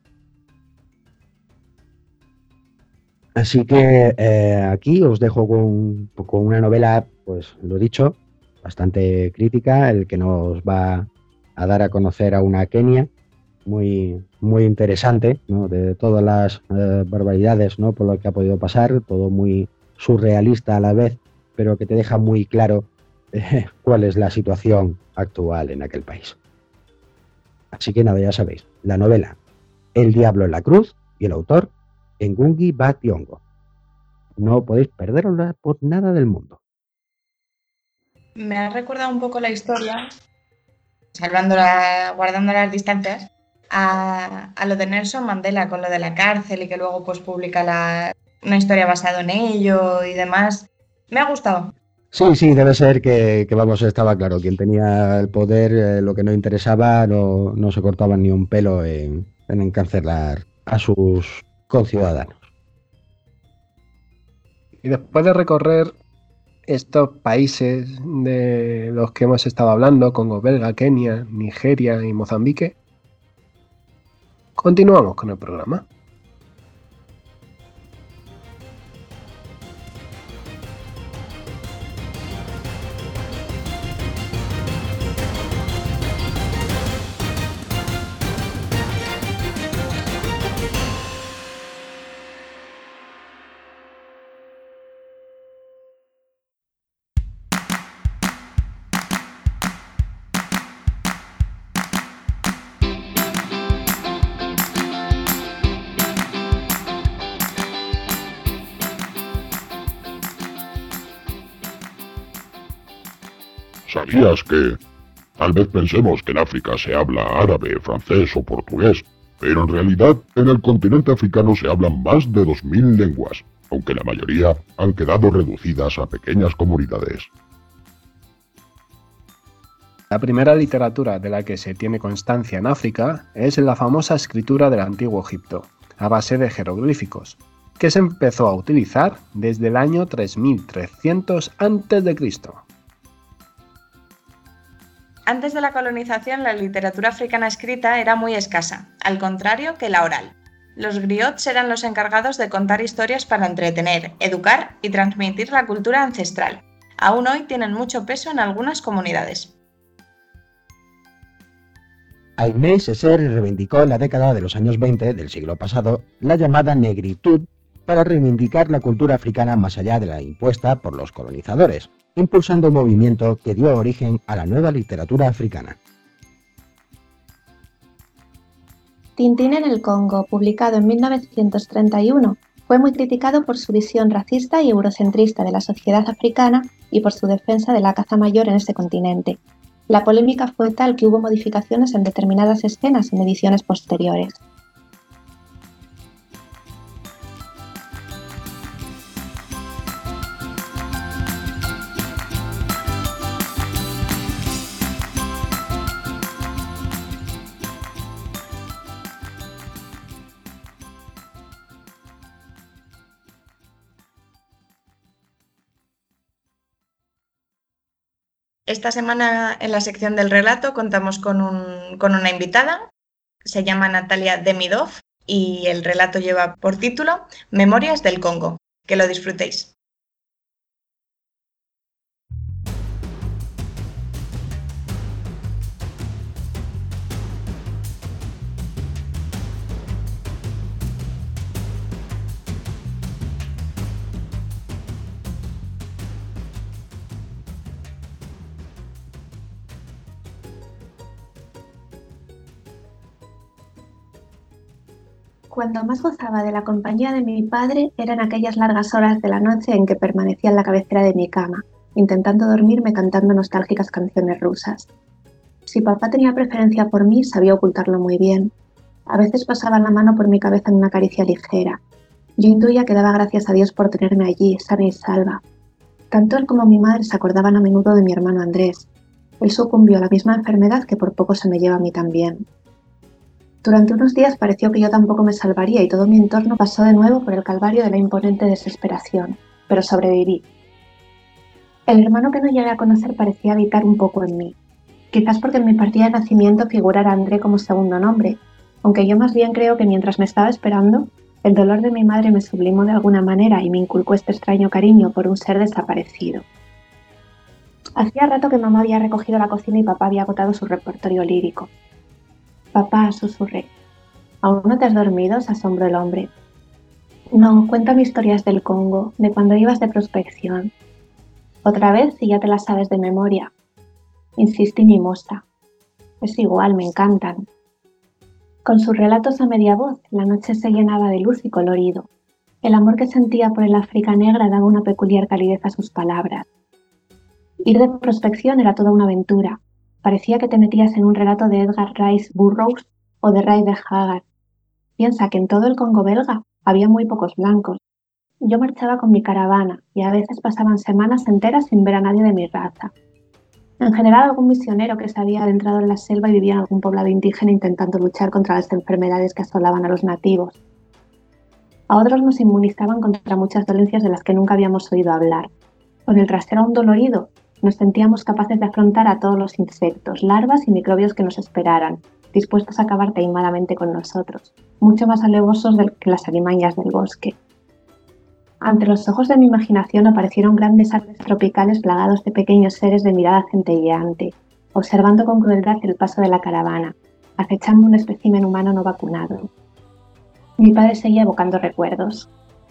Así que aquí os dejo con una novela, pues lo he dicho, bastante crítica, el que nos va a dar a conocer a una Kenia muy, muy interesante, ¿no? De todas las barbaridades, ¿no? Por lo que ha podido pasar, todo muy surrealista a la vez, pero que te deja muy claro cuál es la situación actual en aquel país. Así que nada, ya sabéis, la novela El diablo en la cruz y el autor Ngugi Wa Thiong'o. No podéis perderosla por nada del mundo. Me ha recordado un poco la historia, guardando las distancias, a lo de Nelson Mandela con lo de la cárcel y que luego pues publica una historia basada en ello y demás. Me ha gustado. Sí, debe ser que vamos, estaba claro, quien tenía el poder, lo que no interesaba, no se cortaba ni un pelo en encarcelar a sus conciudadanos. Y después de recorrer estos países de los que hemos estado hablando, Congo Belga, Kenia, Nigeria y Mozambique, continuamos con el programa. ¿Sabías que tal vez pensemos que en África se habla árabe, francés o portugués, pero en realidad en el continente africano se hablan más de 2000 lenguas, aunque la mayoría han quedado reducidas a pequeñas comunidades? La primera literatura de la que se tiene constancia en África es la famosa escritura del Antiguo Egipto, a base de jeroglíficos, que se empezó a utilizar desde el año 3300 a.C. Antes de la colonización, la literatura africana escrita era muy escasa, al contrario que la oral. Los griots eran los encargados de contar historias para entretener, educar y transmitir la cultura ancestral. Aún hoy tienen mucho peso en algunas comunidades. Aimé Césaire reivindicó en la década de los años 20 del siglo pasado la llamada negritud para reivindicar la cultura africana más allá de la impuesta por los colonizadores, impulsando un movimiento que dio origen a la nueva literatura africana. Tintín en el Congo, publicado en 1931, fue muy criticado por su visión racista y eurocentrista de la sociedad africana y por su defensa de la caza mayor en ese continente. La polémica fue tal que hubo modificaciones en determinadas escenas en ediciones posteriores. Esta semana en la sección del relato contamos con una invitada, se llama Natalia Demidov y el relato lleva por título Memorias del Congo. Que lo disfrutéis. Cuando más gozaba de la compañía de mi padre eran aquellas largas horas de la noche en que permanecía en la cabecera de mi cama, intentando dormirme cantando nostálgicas canciones rusas. Si papá tenía preferencia por mí, sabía ocultarlo muy bien. A veces pasaba la mano por mi cabeza en una caricia ligera, Yo intuía que daba gracias a Dios por tenerme allí, sana y salva. Tanto él como mi madre se acordaban a menudo de mi hermano Andrés. Él sucumbió a la misma enfermedad que por poco se me lleva a mí también. Durante unos días pareció que yo tampoco me salvaría y todo mi entorno pasó de nuevo por el calvario de la imponente desesperación, pero sobreviví. El hermano que no llegué a conocer parecía habitar un poco en mí, quizás porque en mi partida de nacimiento figurara André como segundo nombre, aunque yo más bien creo que mientras me estaba esperando, el dolor de mi madre me sublimó de alguna manera y me inculcó este extraño cariño por un ser desaparecido. Hacía rato que mamá había recogido la cocina y papá había agotado su repertorio lírico. «Papá», susurré. «¿Aún no te has dormido?», se asombró el hombre. «No, cuéntame historias del Congo, de cuando ibas de prospección». «¿Otra vez, si ya te las sabes de memoria?», insistí mimosa. «Es igual, me encantan». Con sus relatos a media voz, la noche se llenaba de luz y colorido. El amor que sentía por el África negra daba una peculiar calidez a sus palabras. Ir de prospección era toda una aventura. Parecía que te metías en un relato de Edgar Rice Burroughs o de Ryder Haggard. Piensa que en todo el Congo belga había muy pocos blancos. Yo marchaba con mi caravana y a veces pasaban semanas enteras sin ver a nadie de mi raza. En general, algún misionero que se había adentrado en la selva y vivía en algún poblado indígena intentando luchar contra las enfermedades que asolaban a los nativos. A otros nos inmunizaban contra muchas dolencias de las que nunca habíamos oído hablar. Con el trasero aún dolorido, nos sentíamos capaces de afrontar a todos los insectos, larvas y microbios que nos esperaran, dispuestos a acabar taimadamente con nosotros, mucho más alevosos que las alimañas del bosque. Ante los ojos de mi imaginación aparecieron grandes árboles tropicales plagados de pequeños seres de mirada centelleante, observando con crueldad el paso de la caravana, acechando un espécimen humano no vacunado. Mi padre seguía evocando recuerdos.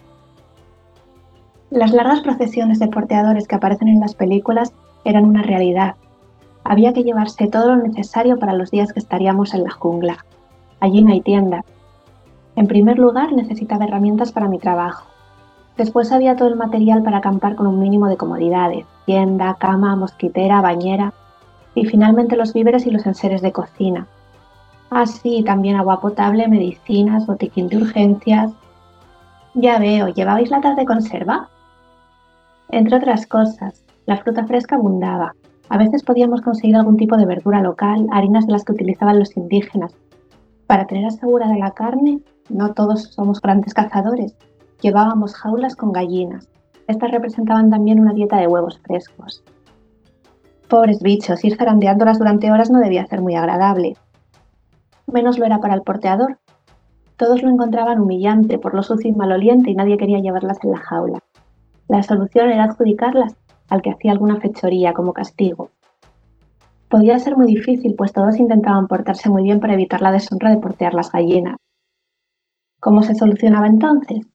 Las largas procesiones de porteadores que aparecen en las películas eran una realidad. Había que llevarse todo lo necesario para los días que estaríamos en la jungla. Allí no hay tiendas. En primer lugar, necesitaba herramientas para mi trabajo. Después había todo el material para acampar con un mínimo de comodidades: tienda, cama, mosquitera, bañera y finalmente los víveres y los enseres de cocina. Sí, también agua potable, medicinas, botiquín de urgencias. Ya veo, ¿llevabais latas de conserva? Entre otras cosas, la fruta fresca abundaba. A veces podíamos conseguir algún tipo de verdura local, harinas de las que utilizaban los indígenas. Para tener asegurada la carne, no todos somos grandes cazadores. Llevábamos jaulas con gallinas. Estas representaban también una dieta de huevos frescos. Pobres bichos, ir zarandeándolas durante horas no debía ser muy agradable. Menos lo era para el porteador. Todos lo encontraban humillante por lo sucio y maloliente y nadie quería llevarlas en la jaula. La solución era adjudicarlas al que hacía alguna fechoría como castigo. Podía ser muy difícil, pues todos intentaban portarse muy bien para evitar la deshonra de portear las gallinas. ¿Cómo se solucionaba entonces?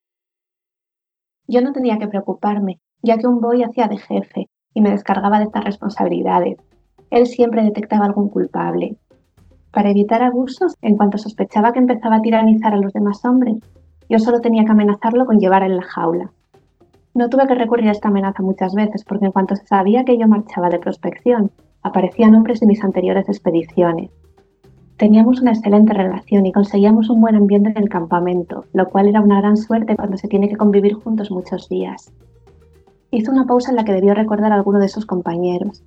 Yo no tenía que preocuparme, ya que un boy hacía de jefe y me descargaba de estas responsabilidades. Él siempre detectaba algún culpable. Para evitar abusos, en cuanto sospechaba que empezaba a tiranizar a los demás hombres, yo solo tenía que amenazarlo con llevar en la jaula. No tuve que recurrir a esta amenaza muchas veces, porque en cuanto se sabía que yo marchaba de prospección, aparecían hombres de mis anteriores expediciones. Teníamos una excelente relación y conseguíamos un buen ambiente en el campamento, lo cual era una gran suerte cuando se tiene que convivir juntos muchos días. Hizo una pausa en la que debió recordar a alguno de sus compañeros.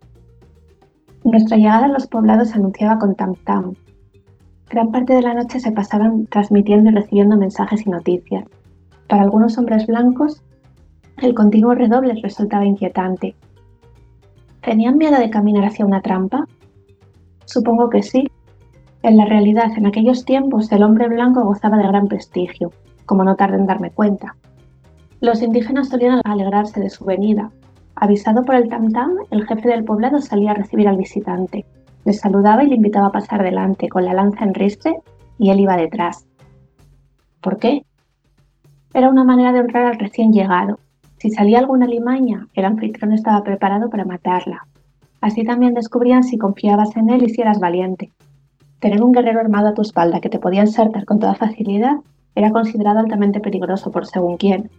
Nuestra llegada a los poblados se anunciaba con tam-tam. Gran parte de la noche se pasaban transmitiendo y recibiendo mensajes y noticias. Para algunos hombres blancos, el continuo redoble resultaba inquietante. ¿Tenían miedo de caminar hacia una trampa? Supongo que sí. En la realidad, en aquellos tiempos, el hombre blanco gozaba de gran prestigio, como no tardé en darme cuenta. Los indígenas solían alegrarse de su venida. Avisado por el tam-tam, el jefe del poblado salía a recibir al visitante. Le saludaba y le invitaba a pasar delante, con la lanza en ristre, y él iba detrás. ¿Por qué? Era una manera de honrar al recién llegado. Si salía alguna alimaña, el anfitrión estaba preparado para matarla. Así también descubrían si confiabas en él y si eras valiente. Tener un guerrero armado a tu espalda que te podía ensartar con toda facilidad era considerado altamente peligroso por según quién.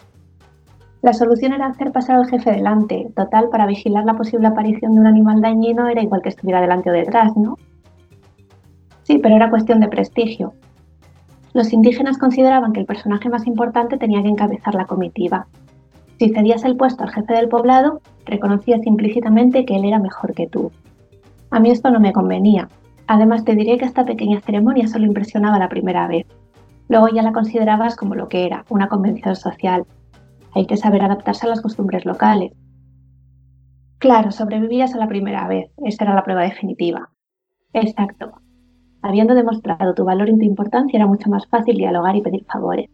La solución era hacer pasar al jefe delante. Total, para vigilar la posible aparición de un animal dañino era igual que estuviera delante o detrás, ¿no? Sí, pero era cuestión de prestigio. Los indígenas consideraban que el personaje más importante tenía que encabezar la comitiva. Si cedías el puesto al jefe del poblado, reconocías implícitamente que él era mejor que tú. A mí esto no me convenía. Además, te diré que esta pequeña ceremonia solo impresionaba la primera vez. Luego ya la considerabas como lo que era, una convención social. Hay que saber adaptarse a las costumbres locales. Claro, sobrevivías a la primera vez. Esa era la prueba definitiva. Exacto. Habiendo demostrado tu valor y tu importancia, era mucho más fácil dialogar y pedir favores.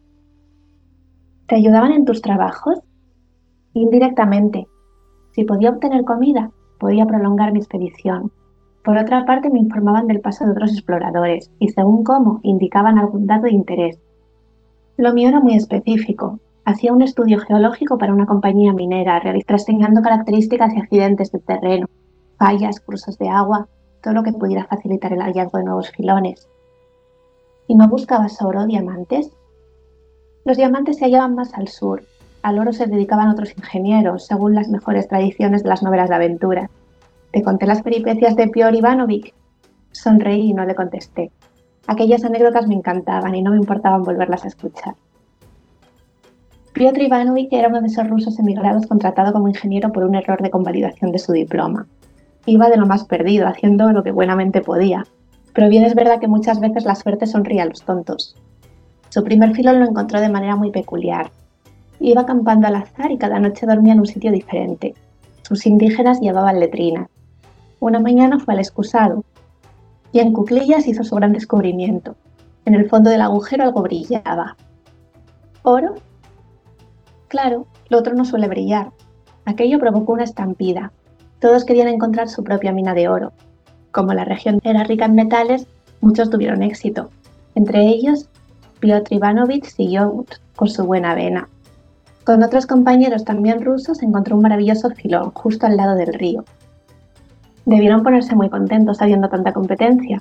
¿Te ayudaban en tus trabajos? Indirectamente. Si podía obtener comida, podía prolongar mi expedición. Por otra parte, me informaban del paso de otros exploradores y, según cómo, indicaban algún dato de interés. Lo mío era muy específico. Hacía un estudio geológico para una compañía minera, rastreando características y accidentes del terreno, fallas, cursos de agua, todo lo que pudiera facilitar el hallazgo de nuevos filones. ¿Y no buscabas oro o diamantes? Los diamantes se hallaban más al sur. Al oro se dedicaban otros ingenieros, según las mejores tradiciones de las novelas de aventura. ¿Te conté las peripecias de Piotr Ivanovich? Sonreí y no le contesté. Aquellas anécdotas me encantaban y no me importaban volverlas a escuchar. Piotr Ivanovich era uno de esos rusos emigrados contratado como ingeniero por un error de convalidación de su diploma. Iba de lo más perdido, haciendo lo que buenamente podía. Pero bien es verdad que muchas veces la suerte sonríe a los tontos. Su primer filón lo encontró de manera muy peculiar. Iba acampando al azar y cada noche dormía en un sitio diferente. Sus indígenas llevaban letrinas. Una mañana fue al excusado y en cuclillas hizo su gran descubrimiento. En el fondo del agujero algo brillaba. ¿Oro? Claro, lo otro no suele brillar. Aquello provocó una estampida. Todos querían encontrar su propia mina de oro. Como la región era rica en metales, muchos tuvieron éxito. Entre ellos, Piotr Ivanovich siguió con su buena vena. Con otros compañeros también rusos encontró un maravilloso filón justo al lado del río. Debieron ponerse muy contentos habiendo tanta competencia.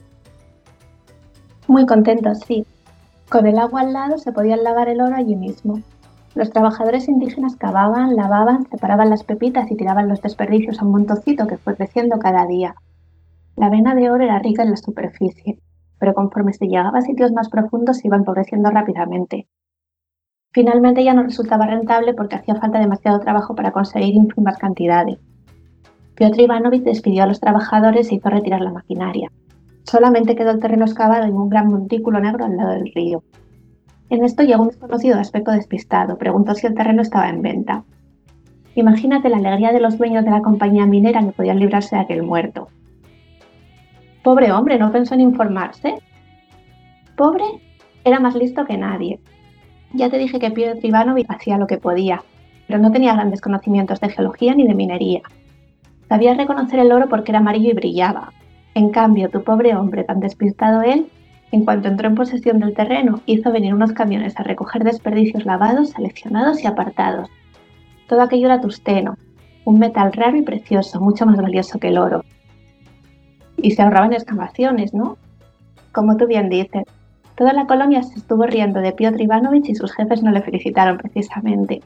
Muy contentos, sí. Con el agua al lado se podían lavar el oro allí mismo. Los trabajadores indígenas cavaban, lavaban, separaban las pepitas y tiraban los desperdicios a un montoncito que fue creciendo cada día. La vena de oro era rica en la superficie, pero conforme se llegaba a sitios más profundos se iba empobreciendo rápidamente. Finalmente ya no resultaba rentable porque hacía falta demasiado trabajo para conseguir ínfimas cantidades. Piotr Ivanovich despidió a los trabajadores e hizo retirar la maquinaria. Solamente quedó el terreno excavado y un gran montículo negro al lado del río. En esto llegó un desconocido de aspecto despistado, preguntó si el terreno estaba en venta. Imagínate la alegría de los dueños de la compañía minera que podían librarse de aquel muerto. Pobre hombre, ¿no pensó en informarse? Pobre, era más listo que nadie. Ya te dije que Piotr Ivanovich hacía lo que podía, pero no tenía grandes conocimientos de geología ni de minería. Sabía reconocer el oro porque era amarillo y brillaba. En cambio, tu pobre hombre, tan despistado él, en cuanto entró en posesión del terreno, hizo venir unos camiones a recoger desperdicios lavados, seleccionados y apartados. Todo aquello era tungsteno, un metal raro y precioso, mucho más valioso que el oro. Y se ahorraban excavaciones, ¿no? Como tú bien dices, toda la colonia se estuvo riendo de Piotr Ivanovich y sus jefes no le felicitaron precisamente.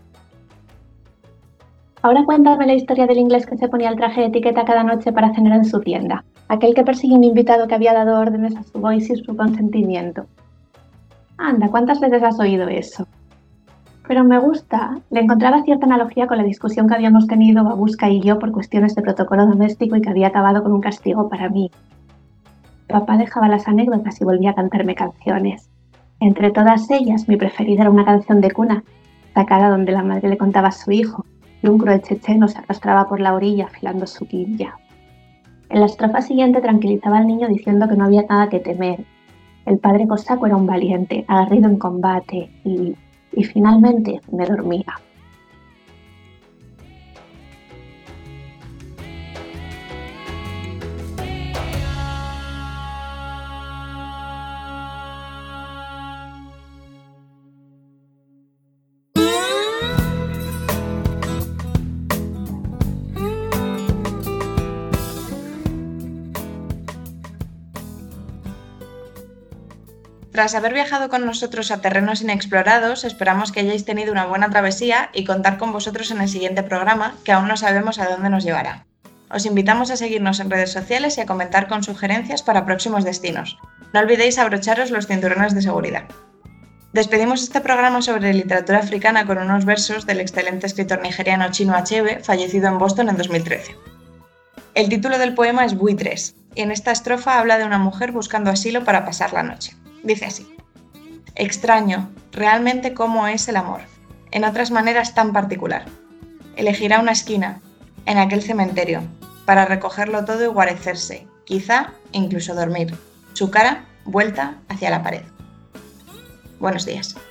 Ahora cuéntame la historia del inglés que se ponía el traje de etiqueta cada noche para cenar en su tienda, aquel que persiguió un invitado que había dado órdenes a su boy sin su consentimiento. Anda, ¿cuántas veces has oído eso? Pero me gusta, le encontraba cierta analogía con la discusión que habíamos tenido Babushka y yo por cuestiones de protocolo doméstico y que había acabado con un castigo para mí. Papá dejaba las anécdotas y volvía a cantarme canciones. Entre todas ellas, mi preferida era una canción de cuna, sacada donde la madre le contaba a su hijo, y un cruel checheno se arrastraba por la orilla afilando su quilla. En la estrofa siguiente tranquilizaba al niño diciendo que no había nada que temer. El padre cosaco era un valiente, aguerrido en combate, y finalmente me dormía. Tras haber viajado con nosotros a terrenos inexplorados, esperamos que hayáis tenido una buena travesía y contar con vosotros en el siguiente programa, que aún no sabemos a dónde nos llevará. Os invitamos a seguirnos en redes sociales y a comentar con sugerencias para próximos destinos. No olvidéis abrocharos los cinturones de seguridad. Despedimos este programa sobre literatura africana con unos versos del excelente escritor nigeriano Chinua Achebe, fallecido en Boston en 2013. El título del poema es Buitres, y en esta estrofa habla de una mujer buscando asilo para pasar la noche. Dice así: extraño, realmente cómo es el amor, en otras maneras tan particular. Elegirá una esquina, en aquel cementerio, para recogerlo todo y guarecerse, quizá incluso dormir, su cara vuelta hacia la pared. Buenos días.